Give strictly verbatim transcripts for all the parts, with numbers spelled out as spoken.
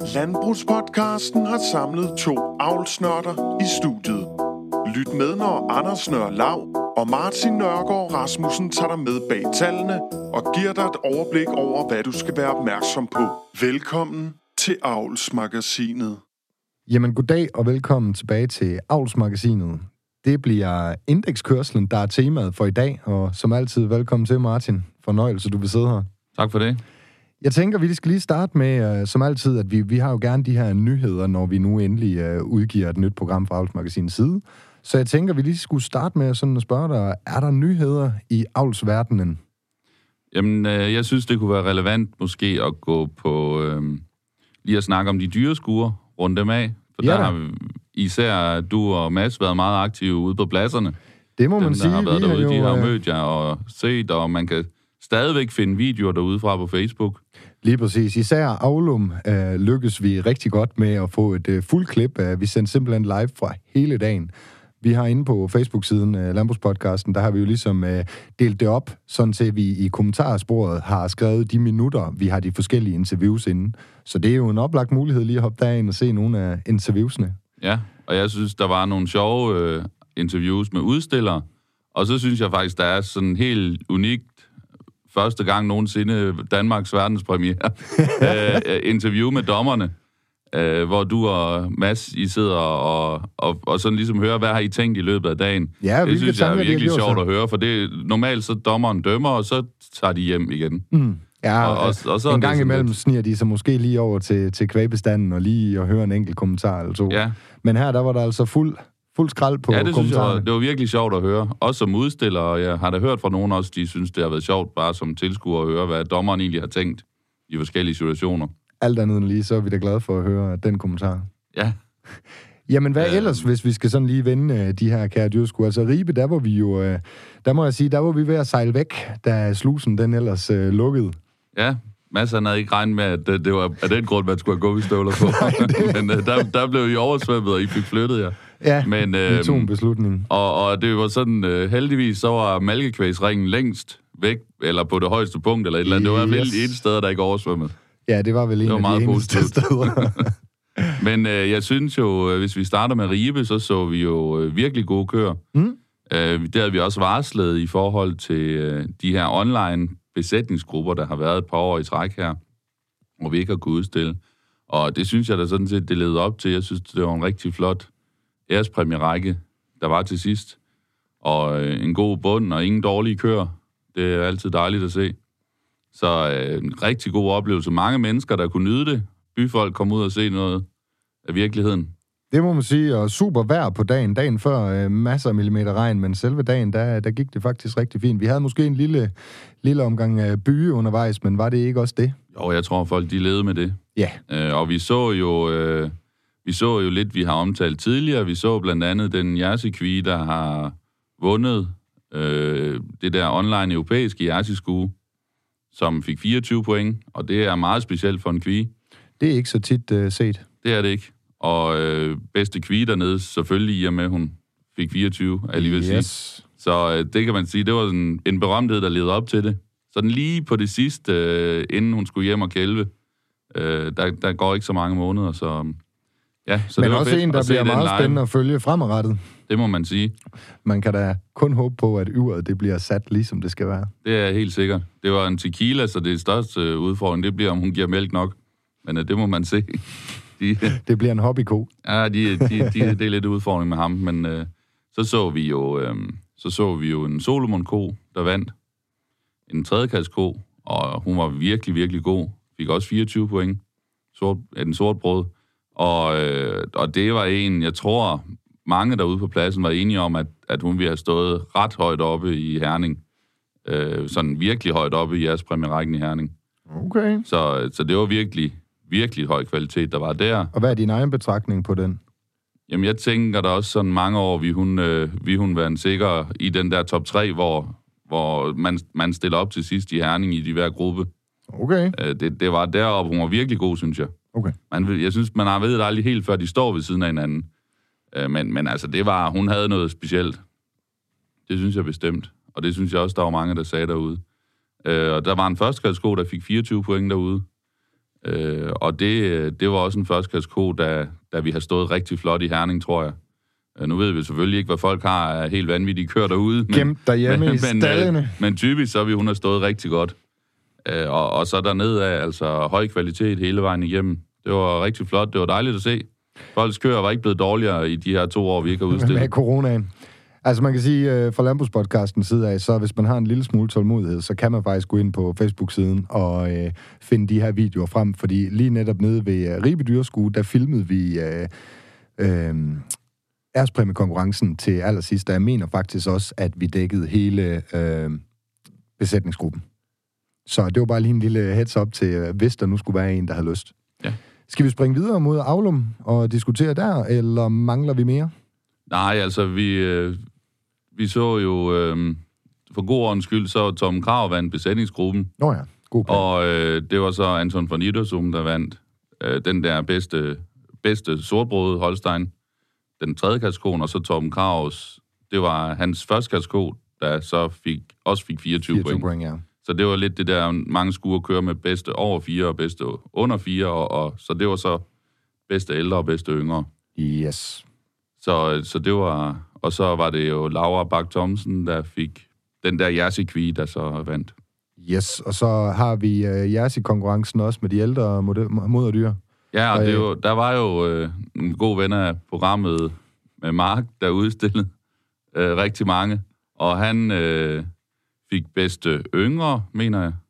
Landbrugspodcasten har samlet to avlsnørder i studiet. Lyt med, når Anders Nør Lav og Martin Nørgaard Rasmussen tager dig med bag tallene og giver dig et overblik over, hvad du skal være opmærksom på. Velkommen til Avlsmagasinet. Jamen goddag og velkommen tilbage til Avlsmagasinet. Det bliver indekskørslen, der er temaet for i dag, og som altid velkommen til, Martin. Fornøjelse, du vil sidde her. Tak for det. Jeg tænker, vi skal lige starte med, uh, som altid, at vi, vi har jo gerne de her nyheder, når vi nu endelig uh, udgiver et nyt program fra Avlsmagasinets side. Så jeg tænker, vi lige skulle starte med sådan at spørge dig, er der nyheder i avlsverdenen? Jamen, øh, jeg synes, det kunne være relevant måske at gå på øh, lige at snakke om de dyreskuer, rundt dem af. For ja, der har især du og Mads været meget aktive ude på pladserne. Det må dem, man sige. Der har været vi derude, har jo, de har øh... mødt jer og set, og man kan stadigvæk finde videoer derude fra på Facebook. Lige præcis. Især Avlum øh, lykkes vi rigtig godt med at få et øh, fuldt klip. Øh, vi sendte simpelthen live fra hele dagen. Vi har inde på Facebook-siden øh, Landbrugspodcasten, der har vi jo ligesom øh, delt det op, sådan til vi i kommentarsporet har skrevet de minutter, vi har de forskellige interviews inde. Så det er jo en oplagt mulighed lige at hoppe derind og se nogle af interviewsene. Ja, og jeg synes, der var nogle sjove øh, interviews med udstillere, og så synes jeg faktisk, der er sådan helt unikt første gang nogensinde Danmarks verdenspremiere øh, interview med dommerne, øh, hvor du og Mads, I sidder og, og, og sådan ligesom hører, hvad har I tænkt i løbet af dagen. Ja, det synes jeg er virkelig sjovt så. at høre, for det normalt så dommeren dømmer, og så tager de hjem igen. Mm. Ja, og, og, og så en gang imellem lidt... sniger de sig måske lige over til, til kvægbestanden og lige at høre en enkelt kommentar eller to. Ja. Men her, der var der altså fuld, fuld skrald på ja, det synes kommentarerne. jeg, det var virkelig sjovt at høre. Også som udstiller, og jeg har da hørt fra nogen også, de synes, det har været sjovt bare som tilskuer at høre, hvad dommeren egentlig har tænkt i forskellige situationer. Alt andet end lige, så er vi da glade for at høre den kommentar. Ja. Jamen, hvad øh... ellers, hvis vi skal sådan lige vende de her kære dyrskuer? Altså, Ribe, der var vi jo, der må jeg sige, der var vi ved at sejle væk, da slusen den ellers øh, lukkede. Ja, Mads han havde ikke regnet med, at det, det var af den grund, man skulle have gummistøvler på. Men uh, der, der blev I oversvømmet, og I fik flyttet jer. Ja, Men, uh, vi tog en beslutning. Og, og det var sådan, uh, heldigvis, så var Malkekvægsringen længst væk, eller på det højeste punkt, eller et eller andet. Det var vel yes. et sted, der ikke oversvømmet. Ja, det var vel en var af de eneste steder. Men uh, jeg synes jo, hvis vi starter med Ribe, så så vi jo uh, virkelig gode køer. Mm. Uh, det havde vi også varslet i forhold til uh, de her online besætningsgrupper, der har været et par år i træk her, hvor vi ikke har kunnet udstille. Og det synes jeg da sådan set, det ledte op til. Jeg synes, det var en rigtig flot ærespræmierække, der var til sidst. Og øh, en god bund og ingen dårlige køer. Det er altid dejligt at se. Så øh, en rigtig god oplevelse. Mange mennesker, der kunne nyde det. Byfolk kom ud og se noget af virkeligheden. Det må man sige, og super vejr på dagen. Dagen før øh, masser af millimeter regn, men selve dagen, der, der gik det faktisk rigtig fint. Vi havde måske en lille, lille omgang øh, byge undervejs, men var det ikke også det? Jo, jeg tror, folk de levede med det. Ja. Øh, og vi så jo øh, vi så jo lidt, vi har omtalt tidligere. Vi så blandt andet den Jersey-kvie, der har vundet øh, det der online europæiske Jersey-skue, som fik fireogtyve point, og det er meget specielt for en kvie. Det er ikke så tit øh, set. Det er det ikke. Og øh, bedste kvie dernede, selvfølgelig i og med, hun fik fireogtyve, er lige ved at yes. sige. Så øh, det kan man sige, det var en, en berømthed, der levede op til det. Så den lige på det sidste, øh, inden hun skulle hjem og kælve, øh, der, der går ikke så mange måneder, så ja. Så men det var også fedt en, der bliver meget live. Spændende at følge fremadrettet. Det må man sige. Man kan da kun håbe på, at yveret det bliver sat, ligesom det skal være. Det er helt sikkert. Det var en tequila, så det største udfordring, det bliver, om hun giver mælk nok. Men øh, det må man se. De, det bliver en hobbyko. Ja, de, de, de, det er lidt udfordring med ham, men øh, så så vi jo øh, så så vi jo en Solomon-ko, der vandt. En tredjeklassko, og hun var virkelig, virkelig god. Fik også fireogtyve point. Sort, en sort brød. Og, øh, og det var en, jeg tror, mange derude på pladsen var enige om, at, at hun ville have stået ret højt oppe i Herning. Øh, sådan virkelig højt oppe i jeres præmierækken i Herning. Okay. Så, så det var virkelig, virkelig høj kvalitet, der var der. Og hvad er din egen betragtning på den? Jamen, jeg tænker da også sådan mange år, vi hun, øh, vi hun være en sikker i den der top tre, hvor, hvor man, man stiller op til sidst i Herning i de hver gruppe. Okay. Øh, det, det var deroppe, hun var virkelig god, synes jeg. Okay. Man, jeg synes, man har ved det aldrig helt før, de står ved siden af hinanden. Øh, men, men altså, det var, hun havde noget specielt. Det synes jeg bestemt. Og det synes jeg også, der var mange, der sagde derude. Øh, og der var en førsteklassko, der fik fireogtyve point derude. Øh, og det, det var også en førsteklassesko, da, da vi har stået rigtig flot i Herning, tror jeg. Øh, nu ved vi selvfølgelig ikke, hvad folk har af helt vanvittige kører derude. Men, Gemt derhjemme men, i stallene. Men, men typisk så har vi hun har stået rigtig godt. Øh, og, og så dernede af, altså høj kvalitet hele vejen igennem. Det var rigtig flot, det var dejligt at se. Folks kører var ikke blevet dårligere i de her to år, vi ikke har udstillet. Med coronaen. Altså man kan sige, uh, fra Landbrugspodcastens side af, så hvis man har en lille smule tålmodighed, så kan man faktisk gå ind på Facebook-siden og uh, finde de her videoer frem, fordi lige netop nede ved uh, Ribe Dyrskue, der filmede vi uh, uh, ærespræmiekonkurrencen til allersidst, og jeg mener faktisk også, at vi dækkede hele uh, besætningsgruppen. Så det var bare lige en lille heads-up til, uh, hvis der nu skulle være en, der havde lyst. Ja. Skal vi springe videre mod Aulum og diskutere der, eller mangler vi mere? Nej, altså, vi, øh, vi så jo, øh, for god ordens skyld, så Tom Krav vandt besætningsgruppen. Nå ja, god plan. Og øh, det var så Anton von Iddersum, der vandt øh, den der bedste, bedste sortbrød Holstein, den tredje kategori, og så Tom Kravs, det var hans første kategori, der så fik, også fik fireogtyve, fireogtyve point. point ja. Så det var lidt det der, mange skulle køre med bedste over fire og bedste under fire, og, og så det var så bedste ældre og bedste yngre. Yes. Så, så det var... Og så var det jo Laura Bak Thomsen, der fik den der Jersey-kvi, der så vandt. Yes, og så har vi uh, Jersey-konkurrencen også med de ældre moderdyr. Ja, og det jo, der var jo øh, en god ven af programmet med Mark, der udstillede øh, rigtig mange. Og han øh, fik bedste yngre, mener jeg.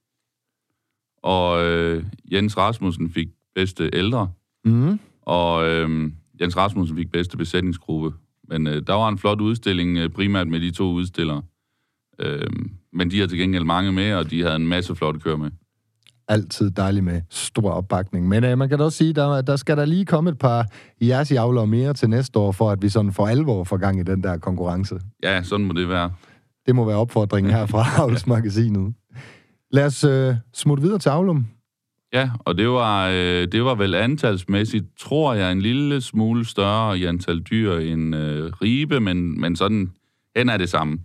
Og øh, Jens Rasmussen fik bedste ældre. Mm. Og øh, Jens Rasmussen fik bedste besætningsgruppe. Men øh, der var en flot udstilling, øh, primært med de to udstillere. Øh, men de havde til gengæld mange med, og de havde en masse flotte kører med. Altid dejligt med stor opbakning. Men øh, man kan da også sige, der, der skal der lige komme et par Jersey-avlere mere til næste år, for at vi sådan for alvor får gang i den der konkurrence. Ja, sådan må det være. Det må være opfordringen her fra Avlsmagasinet. Lad os øh, smutte videre til Aulum. Ja, og det var, øh, det var vel antalsmæssigt, tror jeg, en lille smule større i antal dyr end øh, Ribe, men, men sådan hen er det samme.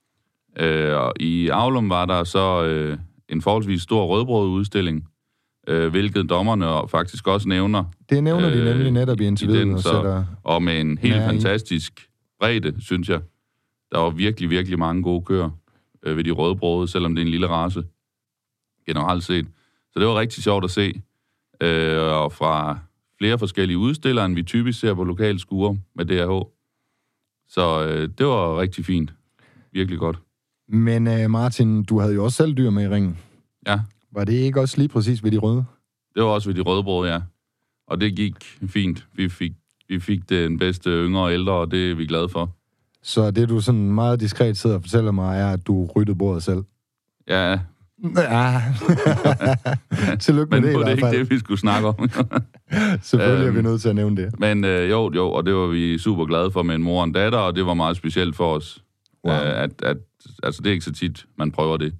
Øh, og i Aulum var der så øh, en forholdsvis stor rødbrød-udstilling, øh, hvilket dommerne faktisk også nævner. Det nævner de nemlig netop i interviewet. den, og, så, sætter... og med en helt Nej. fantastisk bredde, synes jeg. Der var virkelig, virkelig mange gode køer øh, ved de rødbrøde, selvom det er en lille race, generelt set. Så det var rigtig sjovt at se. Øh, og fra flere forskellige udstillere, end vi typisk ser på lokale skuer med D R H. Så øh, det var rigtig fint. Virkelig godt. Men uh, Martin, du havde jo også selv dyr med i ringen. Ja. Var det ikke også lige præcis ved de røde? Det var også ved de rødbrøde, ja. Og det gik fint. Vi fik, vi fik den bedste yngre og ældre, og det er vi glade for. Så det, du sådan meget diskret sidder og fortæller mig, er, at du ryddede bordet selv? Ja. Ja. Tillykke med men det i hvert fald. Men det er ikke det, vi skulle snakke om. Selvfølgelig er vi nødt til at nævne det. Men øh, jo, jo, og det var vi super glade for med en mor og en datter, og det var meget specielt for os. Wow. Øh, at, at, altså, det er ikke så tit, man prøver det.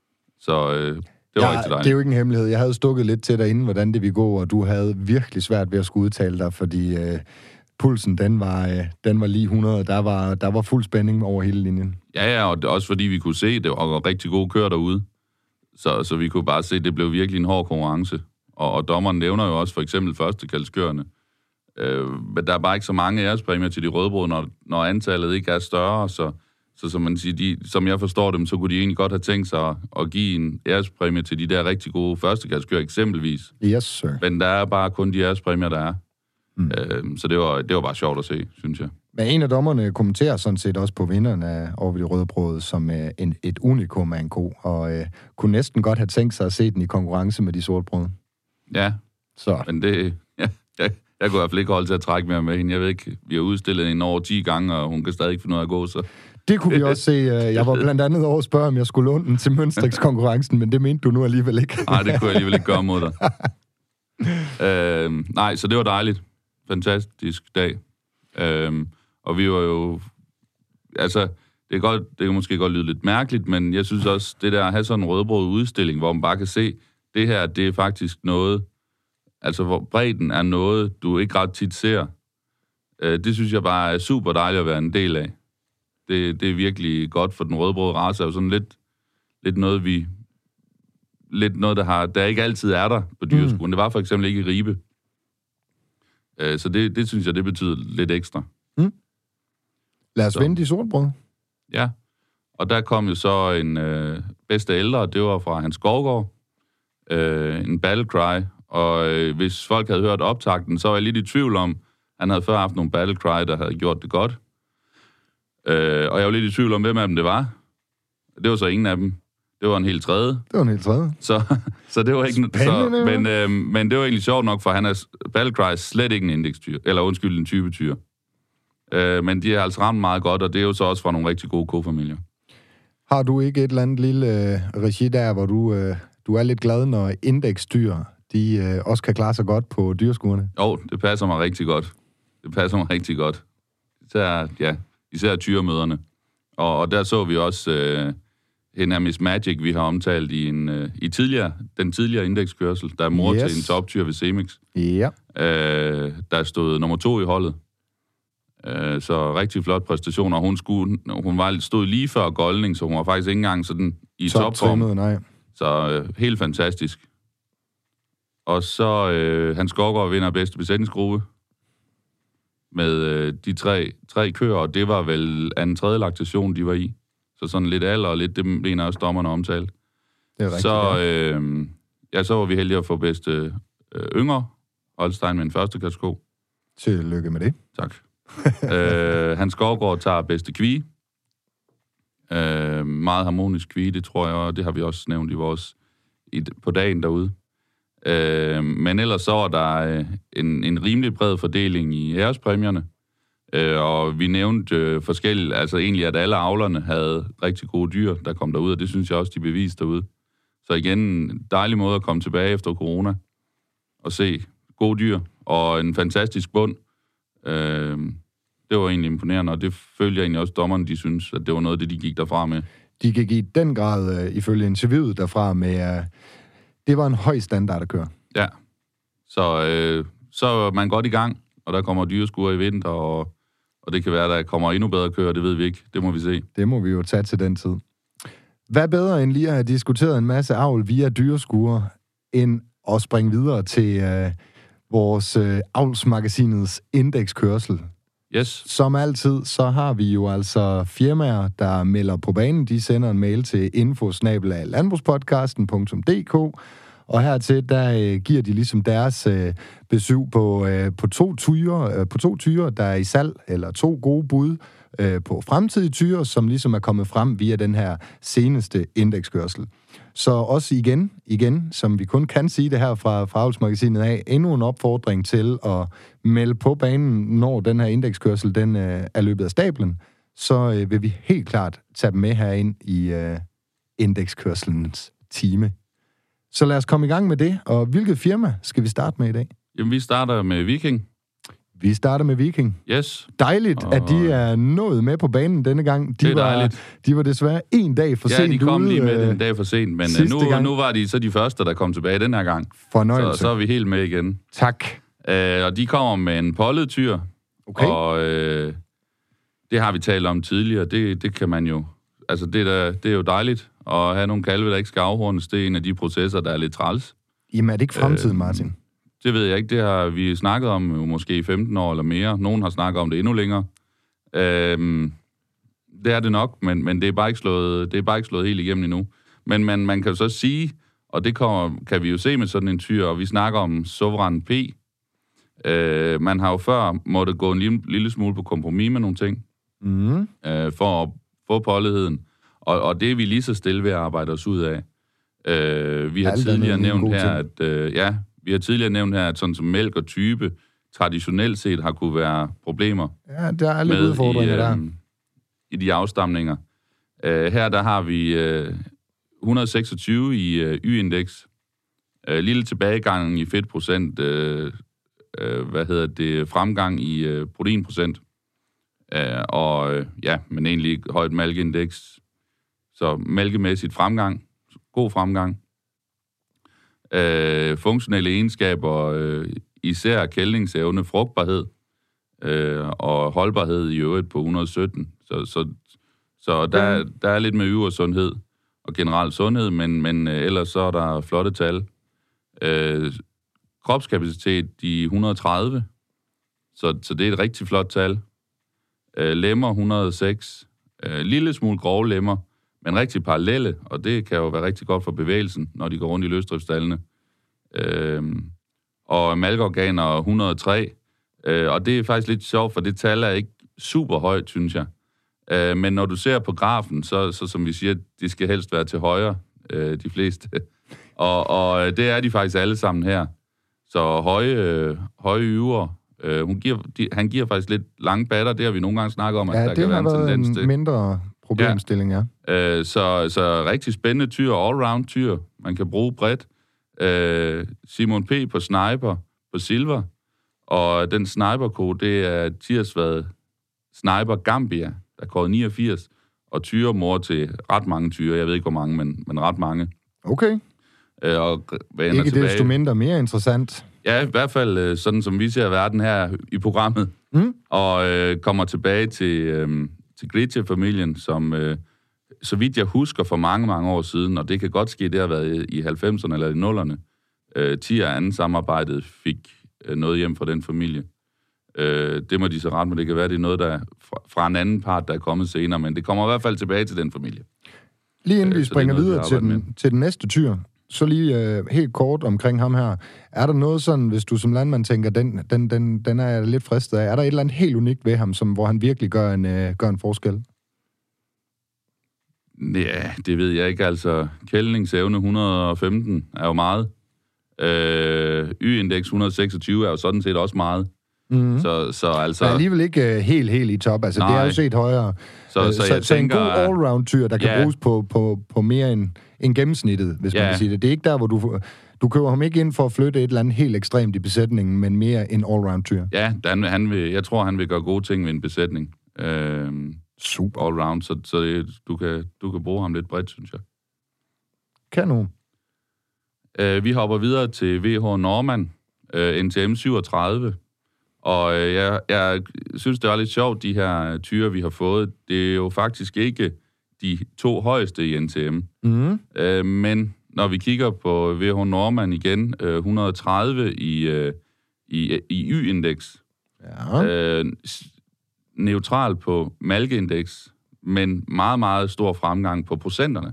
Så øh, det var ja, rigtig dejligt. Det er jo ikke en hemmelighed. Jeg havde stukket lidt til dig inden, hvordan det ville gå, og du havde virkelig svært ved at skulle udtale dig, fordi øh, pulsen, den var, øh, den var lige hundrede. Der var, der var fuld spænding over hele linjen. Ja, ja, og det, også fordi vi kunne se, det var rigtig gode kører derude. Så, så vi kunne bare se, at det blev virkelig en hård konkurrence. Og, og dommeren nævner jo også for eksempel førstekaldskørerne. Øh, men der er bare ikke så mange ærespræmier til de rødbrød, når, når antallet ikke er større. Så, så som man siger, de, som jeg forstår dem, så kunne de egentlig godt have tænkt sig at, at give en ærespræmie til de der rigtig gode førstekaldskører eksempelvis. Yes, sir. Men der er bare kun de ærespræmier, der er. Mm. Øh, så det var, det var bare sjovt at se, synes jeg. Men en af dommerne kommenterer sådan set også på vinderne af over ved de rødbrød som øh, en, et unikum af en ko, og øh, kunne næsten godt have tænkt sig at se den i konkurrence med de sortbrød. Ja, så. Men det... Ja, jeg, jeg kunne i hvert fald ikke holde til at trække mere med hende. Jeg ved ikke, vi har udstillet hende over ti gange, og hun kan stadig ikke finde ud af at gå, så... Det kunne vi også se. Jeg var blandt andet over at spørge, om jeg skulle låne den til Mønstriks-konkurrencen, men det mente du nu alligevel ikke. Nej, det kunne jeg alligevel ikke gøre mod dig. øh, nej, så det var dejligt. Fantastisk dag. Øh, og vi var jo... Altså, det kan, godt, det kan måske godt lyde lidt mærkeligt, men jeg synes også, det der at have sådan en rødbrød udstilling, hvor man bare kan se, det her, det er faktisk noget... Altså, hvor bredden er noget, du ikke ret tit ser. Øh, det synes jeg bare er super dejligt at være en del af. Det, det er virkelig godt, for den rødbrøde race er jo sådan lidt, lidt noget, vi, lidt noget, der, har, der ikke altid er der på dyreskolen. Mm. Det var for eksempel ikke i Ribe. Øh, så det, det synes jeg, det betyder lidt ekstra. Mm. Lad os så. vende de sortbrød. Ja, og der kom jo så en øh, bedste ældre, det var fra Hans Skovgaard, øh, en battle cry, og øh, hvis folk havde hørt optakten, så var jeg lidt i tvivl om, han havde før haft nogle battle cry, der havde gjort det godt. Øh, og jeg var lidt i tvivl om, hvem af dem det var. Det var så ingen af dem. Det var en helt tredje. Det var en helt tredje. Så, så det var ikke... Spændende, så, men, øh, men det var egentlig sjovt nok, for han er battle cry slet ikke en indekstyr, eller undskyld, en typetyr. Øh, men de har altså ramt meget godt, og det er jo så også fra nogle rigtig gode kofamilier. Har du ikke et eller andet lille øh, regi der, hvor du, øh, du er lidt glad, når indeksdyr, de øh, også kan klare sig godt på dyreskuerne? Jo, det passer mig rigtig godt. Det passer mig rigtig godt. Især, ja, især tyremøderne. Og, og der så vi også øh, hende af Miss Magic, vi har omtalt i, en, øh, i tidligere, den tidligere indekskørsel, der er mor yes. til en toptyr ved Semix. Ja. Øh, der stod nummer to i holdet. Øh, så rigtig flot præstation, og hun, skulle, hun var, stod lige før goldning, så hun var faktisk ikke engang sådan i Top topform. Trimmet, nej. Så øh, helt fantastisk. Og så øh, Hans Skovgaard vinder bedste besætningsgruppe med øh, de tre, tre køer, og det var vel anden tredje laktation, de var i. Så sådan lidt alder og lidt, det mener også dommerne omtalt. Det er rigtigt, så, øh, ja, så var vi heldige at få bedste øh, yngre Holstein med en første kasko. Tillykke med det. Tak. øh, Hans Skovgaard tager bedste kvi. Øh, meget harmonisk kvi, det tror jeg, og det har vi også nævnt i vores, i, på dagen derude. Øh, men ellers så var der øh, en, en rimelig bred fordeling i ærespræmierne, øh, og vi nævnte øh, forskellige, altså egentlig, at alle avlerne havde rigtig gode dyr, der kom derud, og det synes jeg også, de beviste derude. Så igen, en dejlig måde at komme tilbage efter corona, og se gode dyr, og en fantastisk bund. Øh, det var egentlig imponerende, og det følte jeg egentlig også, dommerne, de synes, at det var noget af det, de gik derfra med. De gik i den grad, øh, ifølge interviewet derfra, med... Øh, det var en høj standard at køre. Ja, så, øh, så er man godt i gang, og der kommer dyreskuer i vinter, og, og det kan være, der kommer endnu bedre kører, det ved vi ikke. Det må vi se. Det må vi jo tage til den tid. Hvad bedre end lige at have diskuteret en masse avl via dyreskuer, end at springe videre til øh, vores øh, avlsmagasinets indekskørsel? Yes. Som altid, så har vi jo altså firmaer, der melder på banen. De sender en mail til info snabel-a landbrugspodcasten punktum d k, og hertil, der øh, giver de ligesom deres øh, besøg på, øh, på to tyre, øh, på to tyre, der er i salg, eller to gode bud øh, på fremtidige tyre, som ligesom er kommet frem via den her seneste indekskørsel. Så også igen, igen, som vi kun kan sige det her fra, fra Avlsmagasinet af, endnu en opfordring til at melde på banen, når den her indekskørsel den, øh, er løbet af stablen, så øh, vil vi helt klart tage dem med herind i øh, indekskørselens time. Så lad os komme i gang med det, og hvilket firma skal vi starte med i dag? Jamen, vi starter med Viking. Vi starter med Viking. Yes. Dejligt, og... at de er nået med på banen denne gang. De det er var, dejligt. De var desværre en dag for ja, sent ude. Ja, de kom ude, lige med øh, en dag for sent, men nu, nu var de så de første, der kom tilbage den her gang. Fornøjelse. Så, så er vi helt med igen. Tak. Øh, og de kommer med en pollet tyr. Okay. Og øh, det har vi talt om tidligere. Det, det kan man jo... Altså, det, der, det er jo dejligt at have nogle kalve, der ikke skal afhornes. Det er en af de processer, der er lidt træls. Jamen, er det ikke fremtiden, øh, Martin? Det ved jeg ikke. Det har vi snakket om jo måske i femten år eller mere. Nogen har snakket om det endnu længere. Øhm, det er det nok, men, men det, er bare ikke slået, det er bare ikke slået helt igennem endnu. Men man, man kan jo så sige, og det kommer, kan vi jo se med sådan en tyr, og vi snakker om Sovereign P. Øh, man har jo før måtte gå en lille, lille smule på kompromis med nogle ting, mm. øh, for at få påligheden. Og, og det er vi lige så stille ved at arbejde os ud af. Øh, vi har Alt tidligere nævnt her, at... Øh, ja, Vi har tidligere nævnt her, at sådan som mælk og type traditionelt set har kunne være problemer. Ja, der er lidt udfordringer i, der. Øh, i de afstamninger. Uh, her der har vi uh, et hundrede og seksogtyve i uh, Y-indeks. Uh, lille tilbagegang i fedtprocent. Uh, uh, hvad hedder det? Fremgang i uh, proteinprocent. Uh, og uh, ja, men egentlig højt mælkeindeks. Så mælkemæssigt fremgang. God fremgang. Øh, funktionelle egenskaber, øh, især kældningsevne, frugtbarhed øh, og holdbarhed i øvrigt på et hundrede og sytten. Så, så, så der, der er lidt med øvre sundhed. og generel sundhed, men, men øh, ellers så er der flotte tal. Øh, kropskapacitet de et hundrede og tredive, så, så det er et rigtig flot tal. Øh, lemmer et hundrede og seks, øh, lille smule grove lemmer, men rigtig parallelle, og det kan jo være rigtig godt for bevægelsen, når de går rundt i løsdriftsstallene. Øh, og malkeorganer et hundrede og tre, øh, og det er faktisk lidt sjovt, for det tal er ikke super højt, synes jeg. Øh, men når du ser på grafen, så, så som vi siger, de skal helst være til højre, øh, de fleste. og, og det er de faktisk alle sammen her. Så høje, øh, høje yver. Øh, hun giver, de, han giver faktisk lidt lange batter, det har vi nogle gange snakket om, at ja, der kan være en tendens til. Ja, det har været en mindre problemstilling, ja. ja. Øh, så, så rigtig spændende tyr, all-round tyr, man kan bruge bredt. Øh, Simon P. på Sniper, på Silver, og den Sniper-kode, det er Tirsvad Sniper Gambia, der er kode niogfirs, og tyre mor til ret mange tyre, jeg ved ikke hvor mange, men, men ret mange. Okay. Øh, og ikke tilbage. desto mindre mere interessant. Ja, i hvert fald sådan, som vi ser verden her i programmet, mm. og øh, kommer tilbage til, øh, til Glitcher-familien, som, øh, så vidt jeg husker, for mange, mange år siden, og det kan godt ske, det har været i halvfemserne eller i nullerne, øh, ti og anden samarbejdet fik øh, noget hjem fra den familie. Øh, det må de så ret med. Det kan være, det er noget, der fra, fra en anden part, der er kommet senere, men det kommer i hvert fald tilbage til den familie. Lige inden øh, vi springer noget, videre til den, til den næste tyr, så lige øh, helt kort omkring ham her. Er der noget sådan, hvis du som landmand tænker, den, den, den, den er jeg lidt fristet af, er der et eller andet helt unikt ved ham, som, hvor han virkelig gør en, øh, gør en forskel? Ja, det ved jeg ikke. Altså, kældningsevne et hundrede og femten er jo meget. Øh, Y-indeks et hundrede og seksogtyve er jo sådan set også meget. Mm-hmm. Så, så altså... Men alligevel ikke uh, helt, helt i top. Altså, nej. Det er jo set højere. Så, uh, så, så, jeg så tænker, en god allround-tyr, der kan ja. bruges på, på, på mere end, end gennemsnittet, hvis ja. man kan sige det. Det er ikke der, hvor du... Du køber ham ikke ind for at flytte et eller andet helt ekstremt i besætningen, men mere en allround-tyr. Ja, han, han vil, jeg tror, han vil gøre gode ting ved en besætning. Øh, Super. Allround, så, så det, du, kan, du kan bruge ham lidt bredt, synes jeg. Kanon. Øh, vi hopper videre til V H Norman, øh, N T M syvogtredive. Og øh, jeg, jeg synes, det er lidt sjovt, de her tyre, vi har fået. Det er jo faktisk ikke de to højeste i N T M. Mm. Øh, men når vi kigger på V H Norman igen, øh, et hundrede og tredive i, øh, i, i Y-indeks. Ja. Øh, neutral på malkeindeks, men meget, meget stor fremgang på procenterne.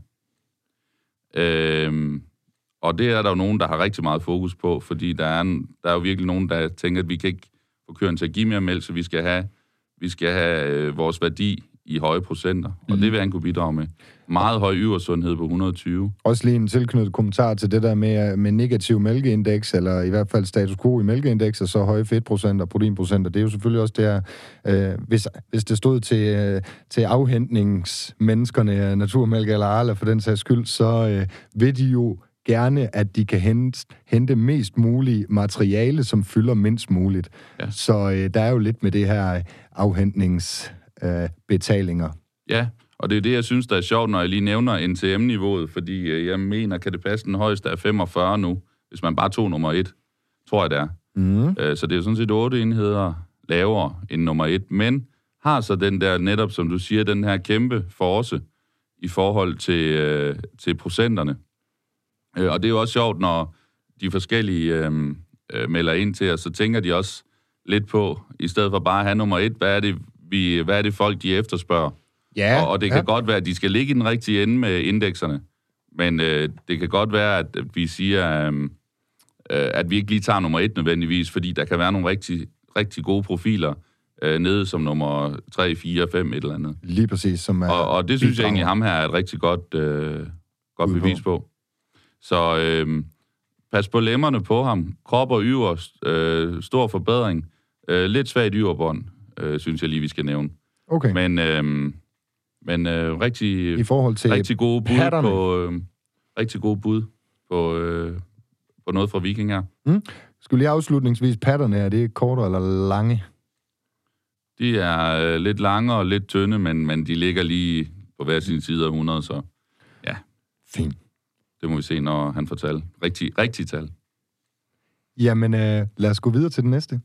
Øh, og det er der jo nogen, der har rigtig meget fokus på, fordi der er, en, der er jo virkelig nogen, der tænker, at vi kan ikke få køren til at give mere mælk, så vi skal have, vi skal have øh, vores værdi i høje procenter. Og mm. det vil han kunne bidrage med. Meget høj yversundhed på et hundrede og tyve. Også lige en tilknyttet kommentar til det der med, med negativ mælkeindeks, eller i hvert fald status quo i mælkeindeks, og så høje fedtprocenter, proteinprocenter. Det er jo selvfølgelig også der, øh, hvis, hvis det stod til, øh, til afhentningsmenneskerne, naturmælk eller Arla for den sags skyld, så øh, vil de jo gerne, at de kan hente, hente mest muligt materiale, som fylder mindst muligt. Ja. Så øh, der er jo lidt med det her afhentningsbetalinger. Øh, ja, og det er det, jeg synes, der er sjovt, når jeg lige nævner N T M-niveauet, fordi øh, jeg mener, kan det passe, den højeste er femogfyrre nu, hvis man bare tog nummer et, tror jeg det er. Mm. Øh, så det er sådan set otte enheder lavere end nummer et, men har så den der, netop som du siger, den her kæmpe force i forhold til, øh, til procenterne. Øh, og det er jo også sjovt, når de forskellige øh, øh, melder ind til os, så tænker de også lidt på, i stedet for bare at have nummer et, hvad er det, vi, hvad er det folk, de efterspørger? Ja, og, og det kan ja. godt være, at de skal ligge i den rigtige ende med indekserne, men øh, det kan godt være, at vi siger, øh, at vi ikke lige tager nummer et nødvendigvis, fordi der kan være nogle rigtig, rigtig gode profiler øh, nede som nummer tre, fire, fem, et eller andet. Lige præcis. Som er og, og det synes jeg egentlig, ham her er et rigtig godt, øh, godt bevis på. Så øh, pas på lemmerne på ham. Krop og yver, øh, stor forbedring. Øh, lidt svagt yverbånd, øh, synes jeg lige, vi skal nævne. Okay. Men, øh, men øh, rigtig, i forhold til rigtig gode bud patterne. på øh, rigtig gode bud på, øh, på noget fra Viking her. Mm. Skal vi lige afslutningsvis patterne, er det kortere eller lange? De er øh, lidt lange og lidt tynde, men, men de ligger lige på hver sin side af hundrede, så ja. Fint. Det må vi se, når han får tal. Rigtig, rigtig tal. Jamen, øh, lad os gå videre til den næste.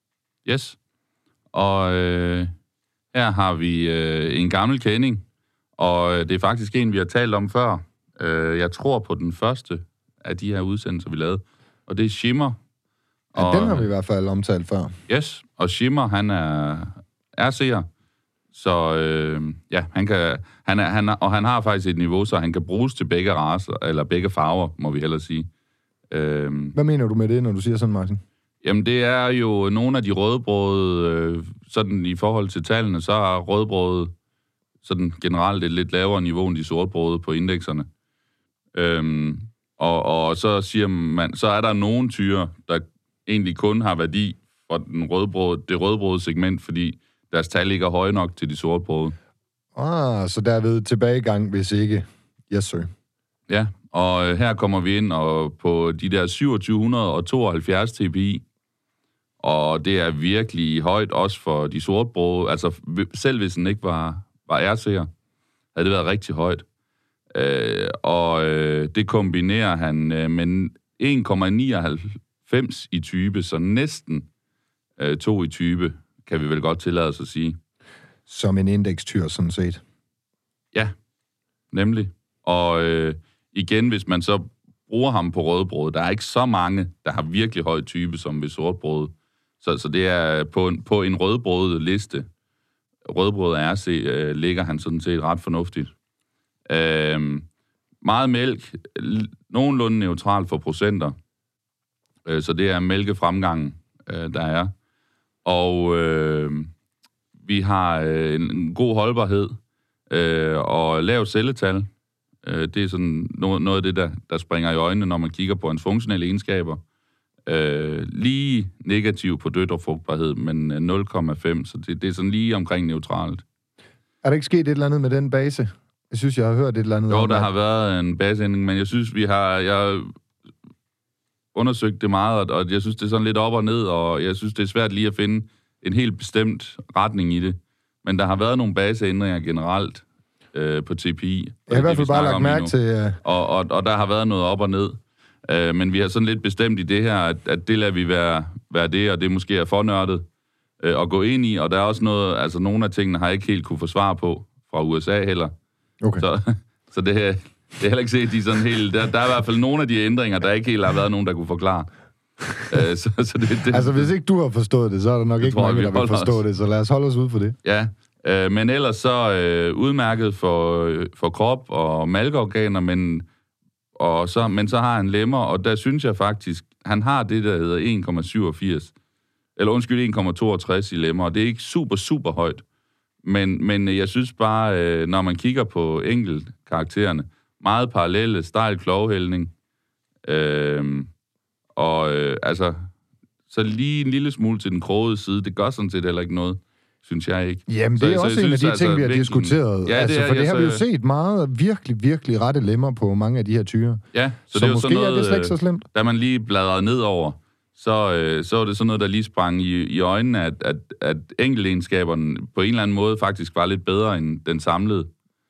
Yes. Og øh, her har vi øh, en gammel kending, Og det er faktisk en, vi har talt om før. Jeg tror på den første af de her udsendelser, vi lavede. Og det er Shimmer. Ja, og, den har vi i hvert fald omtalt før. Yes, og Shimmer, han er R C'er. Så øh, ja, han kan, han er, han er, og han har faktisk et niveau, så han kan bruges til begge racer, eller begge farver, må vi hellere sige. Øh, Hvad mener du med det, når du siger sådan, Martin? Jamen, det er jo nogle af de rødbrøde, øh, sådan i forhold til tallene, så er rødbrøde sådan generelt et lidt lavere niveau end de sortbrøde på indekserne. Øhm, og, og så siger man, så er der nogle tyre, der egentlig kun har værdi for den rødbrøde, det rødbrøde segment, fordi deres tal ikke er høje nok til de sortbrøde. Ah, så derved tilbagegang, hvis ikke. Yes, sir. Ja, og her kommer vi ind og på de der syvogtyve tooghalvfjerds T P I, og det er virkelig højt også for de sortbrøde. Altså, selv hvis den ikke var, var R C'er, havde det været rigtig højt. Øh, og øh, det kombinerer han øh, med en komma nioghalvfems i type, så næsten øh, to i type, kan vi vel godt tillade os at sige. Som en indekstyr, sådan set. Ja, nemlig. Og øh, igen, hvis man så bruger ham på rødbrød, der er ikke så mange, der har virkelig høj type, som ved sortbrød. Så, så det er på en, på en rødbrød liste. Rødbrød R C øh, ligger han sådan set ret fornuftigt. Øh, meget mælk, nogenlunde neutral for procenter. Øh, så det er mælkefremgangen, øh, der er. Og øh, vi har øh, en, en god holdbarhed øh, og lav celletal. Øh, det er sådan noget, noget af det, der, der springer i øjnene, når man kigger på hans funktionelle egenskaber. Øh, lige negativ på døtrefrugtbarhed, men nul komma fem, så det, det er sådan lige omkring neutralt. Er der ikke sket et eller andet med den base? Jeg synes, jeg har hørt et eller andet. Jo, om der at... har været en baseændring, men jeg synes, vi har... Jeg undersøgt det meget, og jeg synes, det er sådan lidt op og ned, og jeg synes, det er svært lige at finde en helt bestemt retning i det. Men der har været nogle baseændringer generelt øh, på T P I. Jeg har i hvert fald bare lagt mærke til... Uh... Og, og, og der har været noget op og ned. Uh, men vi har sådan lidt bestemt i det her, at, at det lader vi være, være det, og det måske er for nørdet uh, at gå ind i. Og der er også noget... Altså, nogle af tingene har jeg ikke helt kunne få svar på fra U S A heller. Okay. Så, så det her... Det er heller ikke set, de sådan helt... Der, der er i hvert fald nogle af de ændringer, der ikke helt har været nogen, der kunne forklare. Uh, så, så det, det, altså, hvis ikke du har forstået det, så er der nok ikke tror, mange, der vil forstå os. det, så lad os holde os ud for det. Ja, uh, men ellers så uh, udmærket for, uh, for krop og malkeorganer, men, og så, men så har han lemmer, og der synes jeg faktisk, han har det, der hedder en komma syvogfirs, eller undskyld, en komma toogtres i lemmer, og det er ikke super, super højt. Men, men jeg synes bare, uh, når man kigger på enkelt karaktererne, meget parallelle, stejl klovhældning. Øhm, og øh, altså, så lige en lille smule til den krogede side, det gør sådan set heller ikke noget, synes jeg ikke. Jamen, det er så, også så en synes, af de ting, altså, vi har virkelig diskuteret. Ja, altså, det er, for det ja, har vi jo så, set meget, virkelig, virkelig rette lemmer på mange af de her tyre. Ja, så, så det er måske jo sådan noget, er det slet ikke så slemt. Da man lige bladrede nedover, så, øh, så var det sådan noget, der lige sprang i, i øjnene, at, at, at enkeltegenskaberne på en eller anden måde faktisk var lidt bedre end den samlede.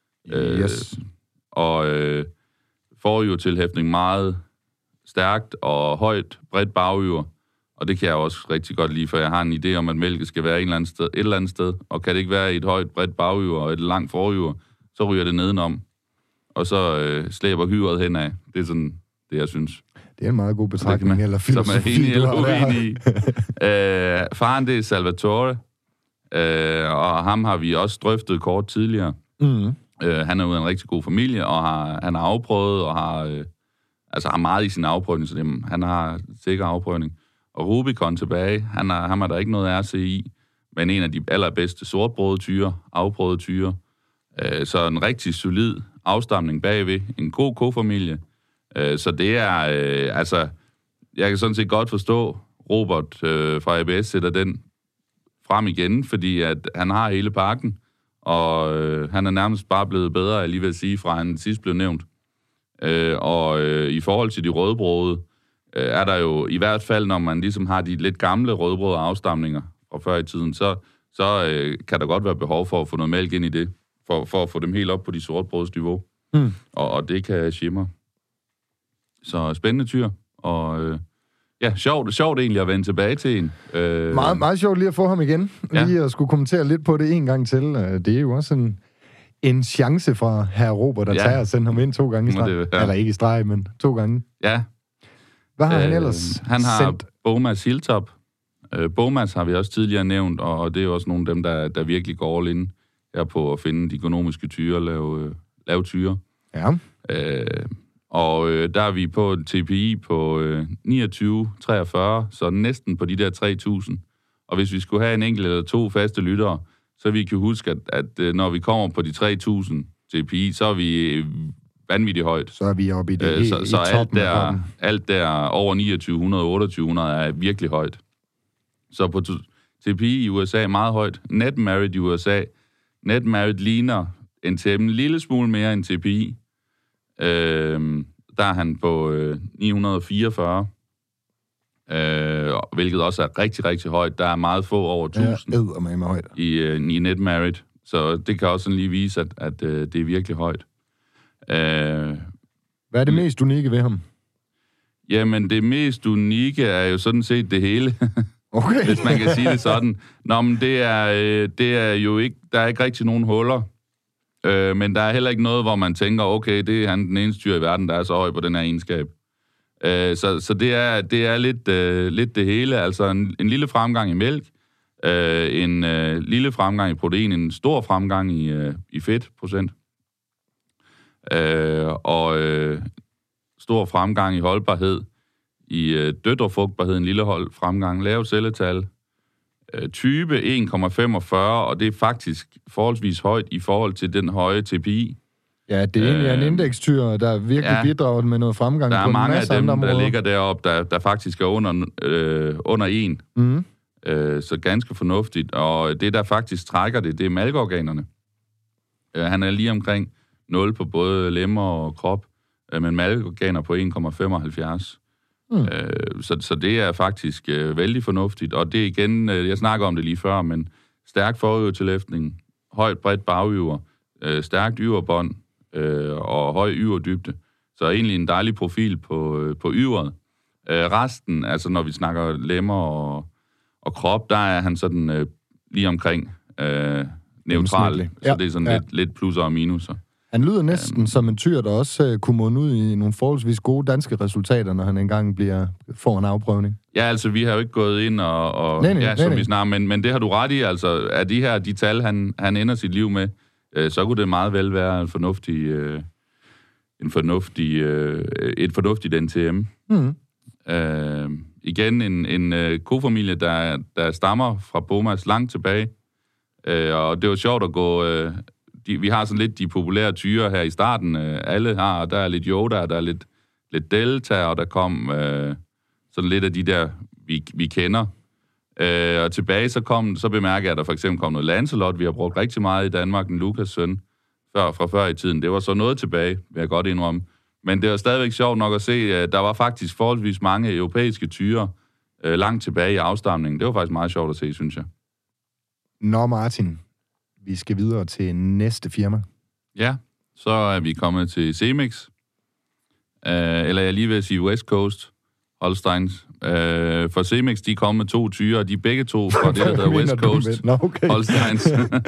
Yes. Øh, og øh, får jo tilhæftning meget stærkt og højt, bredt baghjul, og det kan jeg også rigtig godt lide, for jeg har en idé om, at mælke skal være et eller andet sted, et eller andet sted, og kan det ikke være et højt, bredt baghjul og et langt forhjul, så ryger det nedenom, og så øh, slæber hyret henad. Det er sådan, det jeg synes. Det er en meget god betragtning, man, eller Som filosofi, er enig eller uenig i. øh, faren, det er Salvatore, øh, og ham har vi også drøftet kort tidligere. Mm. Øh, han er jo en rigtig god familie, og har, han har afprøvet, og har, øh, altså har meget i sin afprøvning, så det, han har sikker afprøvning. Og Rubicon tilbage, han har, han har der ikke noget R C I, men en af de allerbedste sortbrøde tyre, afprøvede tyre. Øh, så en rigtig solid afstamning bagved, en god kofamilie. Øh, så det er, øh, altså, jeg kan sådan set godt forstå, Robert øh, fra A B S sætter den frem igen, fordi at han har hele pakken, og øh, han er nærmest bare blevet bedre, jeg lige vil sige, fra han sidst blev nævnt. Øh, og øh, i forhold til de rødbrøde, øh, er der jo i hvert fald, når man ligesom har de lidt gamle rødbrøde afstamninger fra før i tiden, så, så øh, kan der godt være behov for at få noget mælk ind i det, for, for at få dem helt op på de sortbrødes niveau. Mm. Og, og det kan Shimmer. Så spændende tyr, og øh, ja, sjovt, sjovt egentlig at vende tilbage til en. Øh, meget, meget sjovt lige at få ham igen, ja. Lige at skulle kommentere lidt på det en gang til. Det er jo også en, En chance fra herr Robert at ja. tage og sende ham ind to gange i streg. Det, ja. Eller ikke i streg, men to gange. Ja. Hvad har øh, han ellers Han har sendt? Bomas Hilltop. Øh, Bomas har vi også tidligere nævnt, og, og det er også nogle af dem, der, der virkelig går all in her på at finde de økonomiske tyre og lave, øh, lave tyre. Ja. Øh, og øh, der er vi på en T P I på øh, niogtyve komma treogfyrre, så næsten på de der tre tusind. Og hvis vi skulle have en enkelt eller to faste lyttere, så vi kan huske, at, at når vi kommer på de tre tusind T P I, så er vi vanvittigt højt. Så er vi oppe i det øh, i, så, i så toppen alt der, alt der over niogtyve hundrede, otteogtyve hundrede er virkelig højt. Så på T P I i U S A er meget højt. Net Merit i U S A. Net Merit ligner N T M en lille smule mere end T P I. Øh, der er han på øh, ni hundrede og fireogfyrre. Øh, hvilket også er rigtig, rigtig højt. Der er meget få over tusind ja, med højt. i, øh, i Net Merit. Så det kan også sådan lige vise, at, at øh, det er virkelig højt. Øh, Hvad er det mest unikke ved ham? Jamen, det mest unikke er jo sådan set det hele. Okay. Hvis man kan sige det sådan. Nå, men det er, øh, det er jo ikke... Der er ikke rigtig nogen huller. Øh, men der er heller ikke noget, hvor man tænker, okay, det er han den eneste dyr i verden, der er så høj på den her egenskab. Øh, så, så det er, det er lidt, øh, lidt det hele. Altså en, en lille fremgang i mælk, øh, en øh, lille fremgang i protein, en stor fremgang i, øh, i fedtprocent, øh, og øh, stor fremgang i holdbarhed, i øh, døtrefrugtbarhed, en lille hold fremgang, lav celletal, øh, type en komma femogfyrre, og det er faktisk forholdsvis højt i forhold til den høje T P I. Ja, det er egentlig øh, en indekstyr, der virkelig ja, bidrager med noget fremgang. Der er på mange af dem, der ligger deroppe, der, der faktisk er under, øh, under en. Mm. Øh, så ganske fornuftigt. Og det, der faktisk trækker det, det er malkeorganerne. Øh, han er lige omkring nul på både lemmer og krop, øh, men malkeorganer på en komma femoghalvfjerds. Mm. Øh, så, så det er faktisk øh, vældig fornuftigt. Og det er igen, øh, jeg snakker om det lige før, men stærk forøvertillæftning, højt bredt bagyver, øh, stærkt yverbånd, Øh, og høj yverdybde. Så egentlig en dejlig profil på, øh, på yveret. Øh, resten, altså når vi snakker lemmer og, og krop, der er han sådan øh, lige omkring øh, neutral. Ja, så det er sådan ja. lidt, lidt plusser og minuser. Han lyder næsten um, som en tyr, der også øh, kunne munde ud i nogle forholdsvis gode danske resultater, når han engang bliver, får en afprøvning. Ja, altså vi har jo ikke gået ind og... og nej, nej, ja, nej, som nej. vi snakker, men, men det har du ret i, altså er de her, de tal, han, han ender sit liv med, så kunne det meget vel være en fornuftig, øh, en fornuftig, øh, et fornuftigt N T M. Mm. Øh, igen en, en øh, kofamilie, der, der stammer fra Bomas langt tilbage. Øh, og det var sjovt at gå... Øh, de, vi har sådan lidt de populære tyre her i starten. Øh, alle har, der er lidt Yoda, der er lidt, lidt Delta, og der kom øh, sådan lidt af de der, vi, vi kender. Øh, og tilbage så kom, så bemærker jeg, at der for eksempel kom noget Lancelot, vi har brugt rigtig meget i Danmark, en Lukas søn, før, fra før i tiden. Det var så noget tilbage, vil jeg godt indrømme. Men det var stadigvæk sjovt nok at se, at der var faktisk forholdsvis mange europæiske tyre øh, langt tilbage i afstamningen. Det var faktisk meget sjovt at se, synes jeg. Nå Martin, vi skal videre til næste firma. Ja, så er vi kommet til Cemex. Øh, eller jeg lige vil sige West Coast Holsteins. Øh, for Cemex, de kom med to tyre, og de er begge to fra det, der hedder West Coast Nå, okay. Holsteins.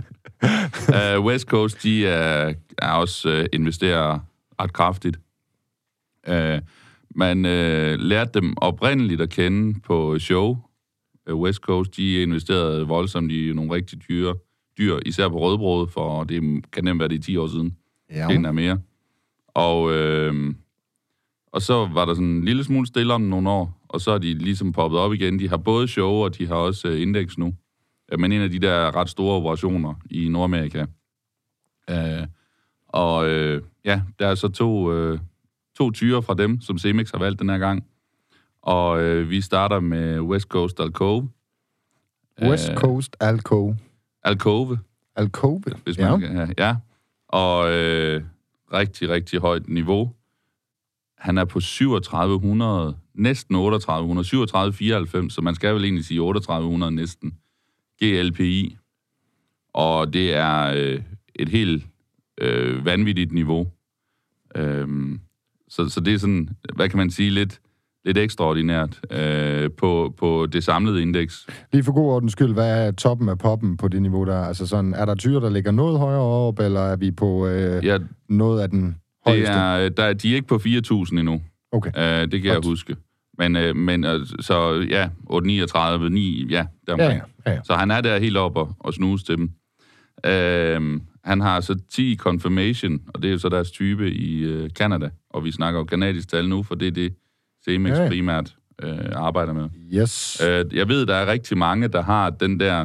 uh, West Coast, de er, er også uh, investerer ret kraftigt. Uh, man uh, lærte dem oprindeligt at kende på show. Uh, West Coast, de investerede voldsomt i nogle rigtig dyre dyr, især på rødbrød, for det kan nemt være det i ti år siden. Ja. Det er mere. Og, uh, og så var der sådan en lille smule stille om nogle år, og så er de ligesom poppet op igen. De har både show, og de har også uh, indeks nu. Uh, men en af de der ret store operationer i Nordamerika. Uh, og uh, ja, der er så to, uh, to tyre fra dem, som Cemex har valgt den her gang. Og uh, vi starter med West Coast Alcove. West uh, Coast Alcove. Alcove. Alcove, hvis man ja. Kan, ja. Og uh, rigtig, rigtig højt niveau. Han er på syvogtredive hundrede, næsten otteogtredive hundrede, syvogtredive komma fireoghalvfems, så man skal vel egentlig sige otteogtredive hundrede næsten, G L P I. Og det er øh, et helt øh, vanvittigt niveau. Øhm, så, så det er sådan, hvad kan man sige, lidt lidt ekstraordinært øh, på, på det samlede indeks. Lige for god ordens skyld, hvad er toppen af poppen på det niveau der? Altså sådan, er der tyre, der ligger noget højere op, eller er vi på øh, ja, noget af den højeste? Det er, der, de er ikke på fire tusind endnu. Okay. Øh, det kan Godt. jeg huske. Men, øh, men øh, så ja, otte niogtredive, ni, ja, deromkring. Ja, ja, ja. Så han er der helt oppe og, og snuse til dem. Øh, han har så ti confirmation, og det er jo så deres type i øh, Canada. Og vi snakker jo kanadisk tal nu, for det er det, Cemex ja, ja. primært øh, arbejder med. Yes. Øh, jeg ved, der er rigtig mange, der har den der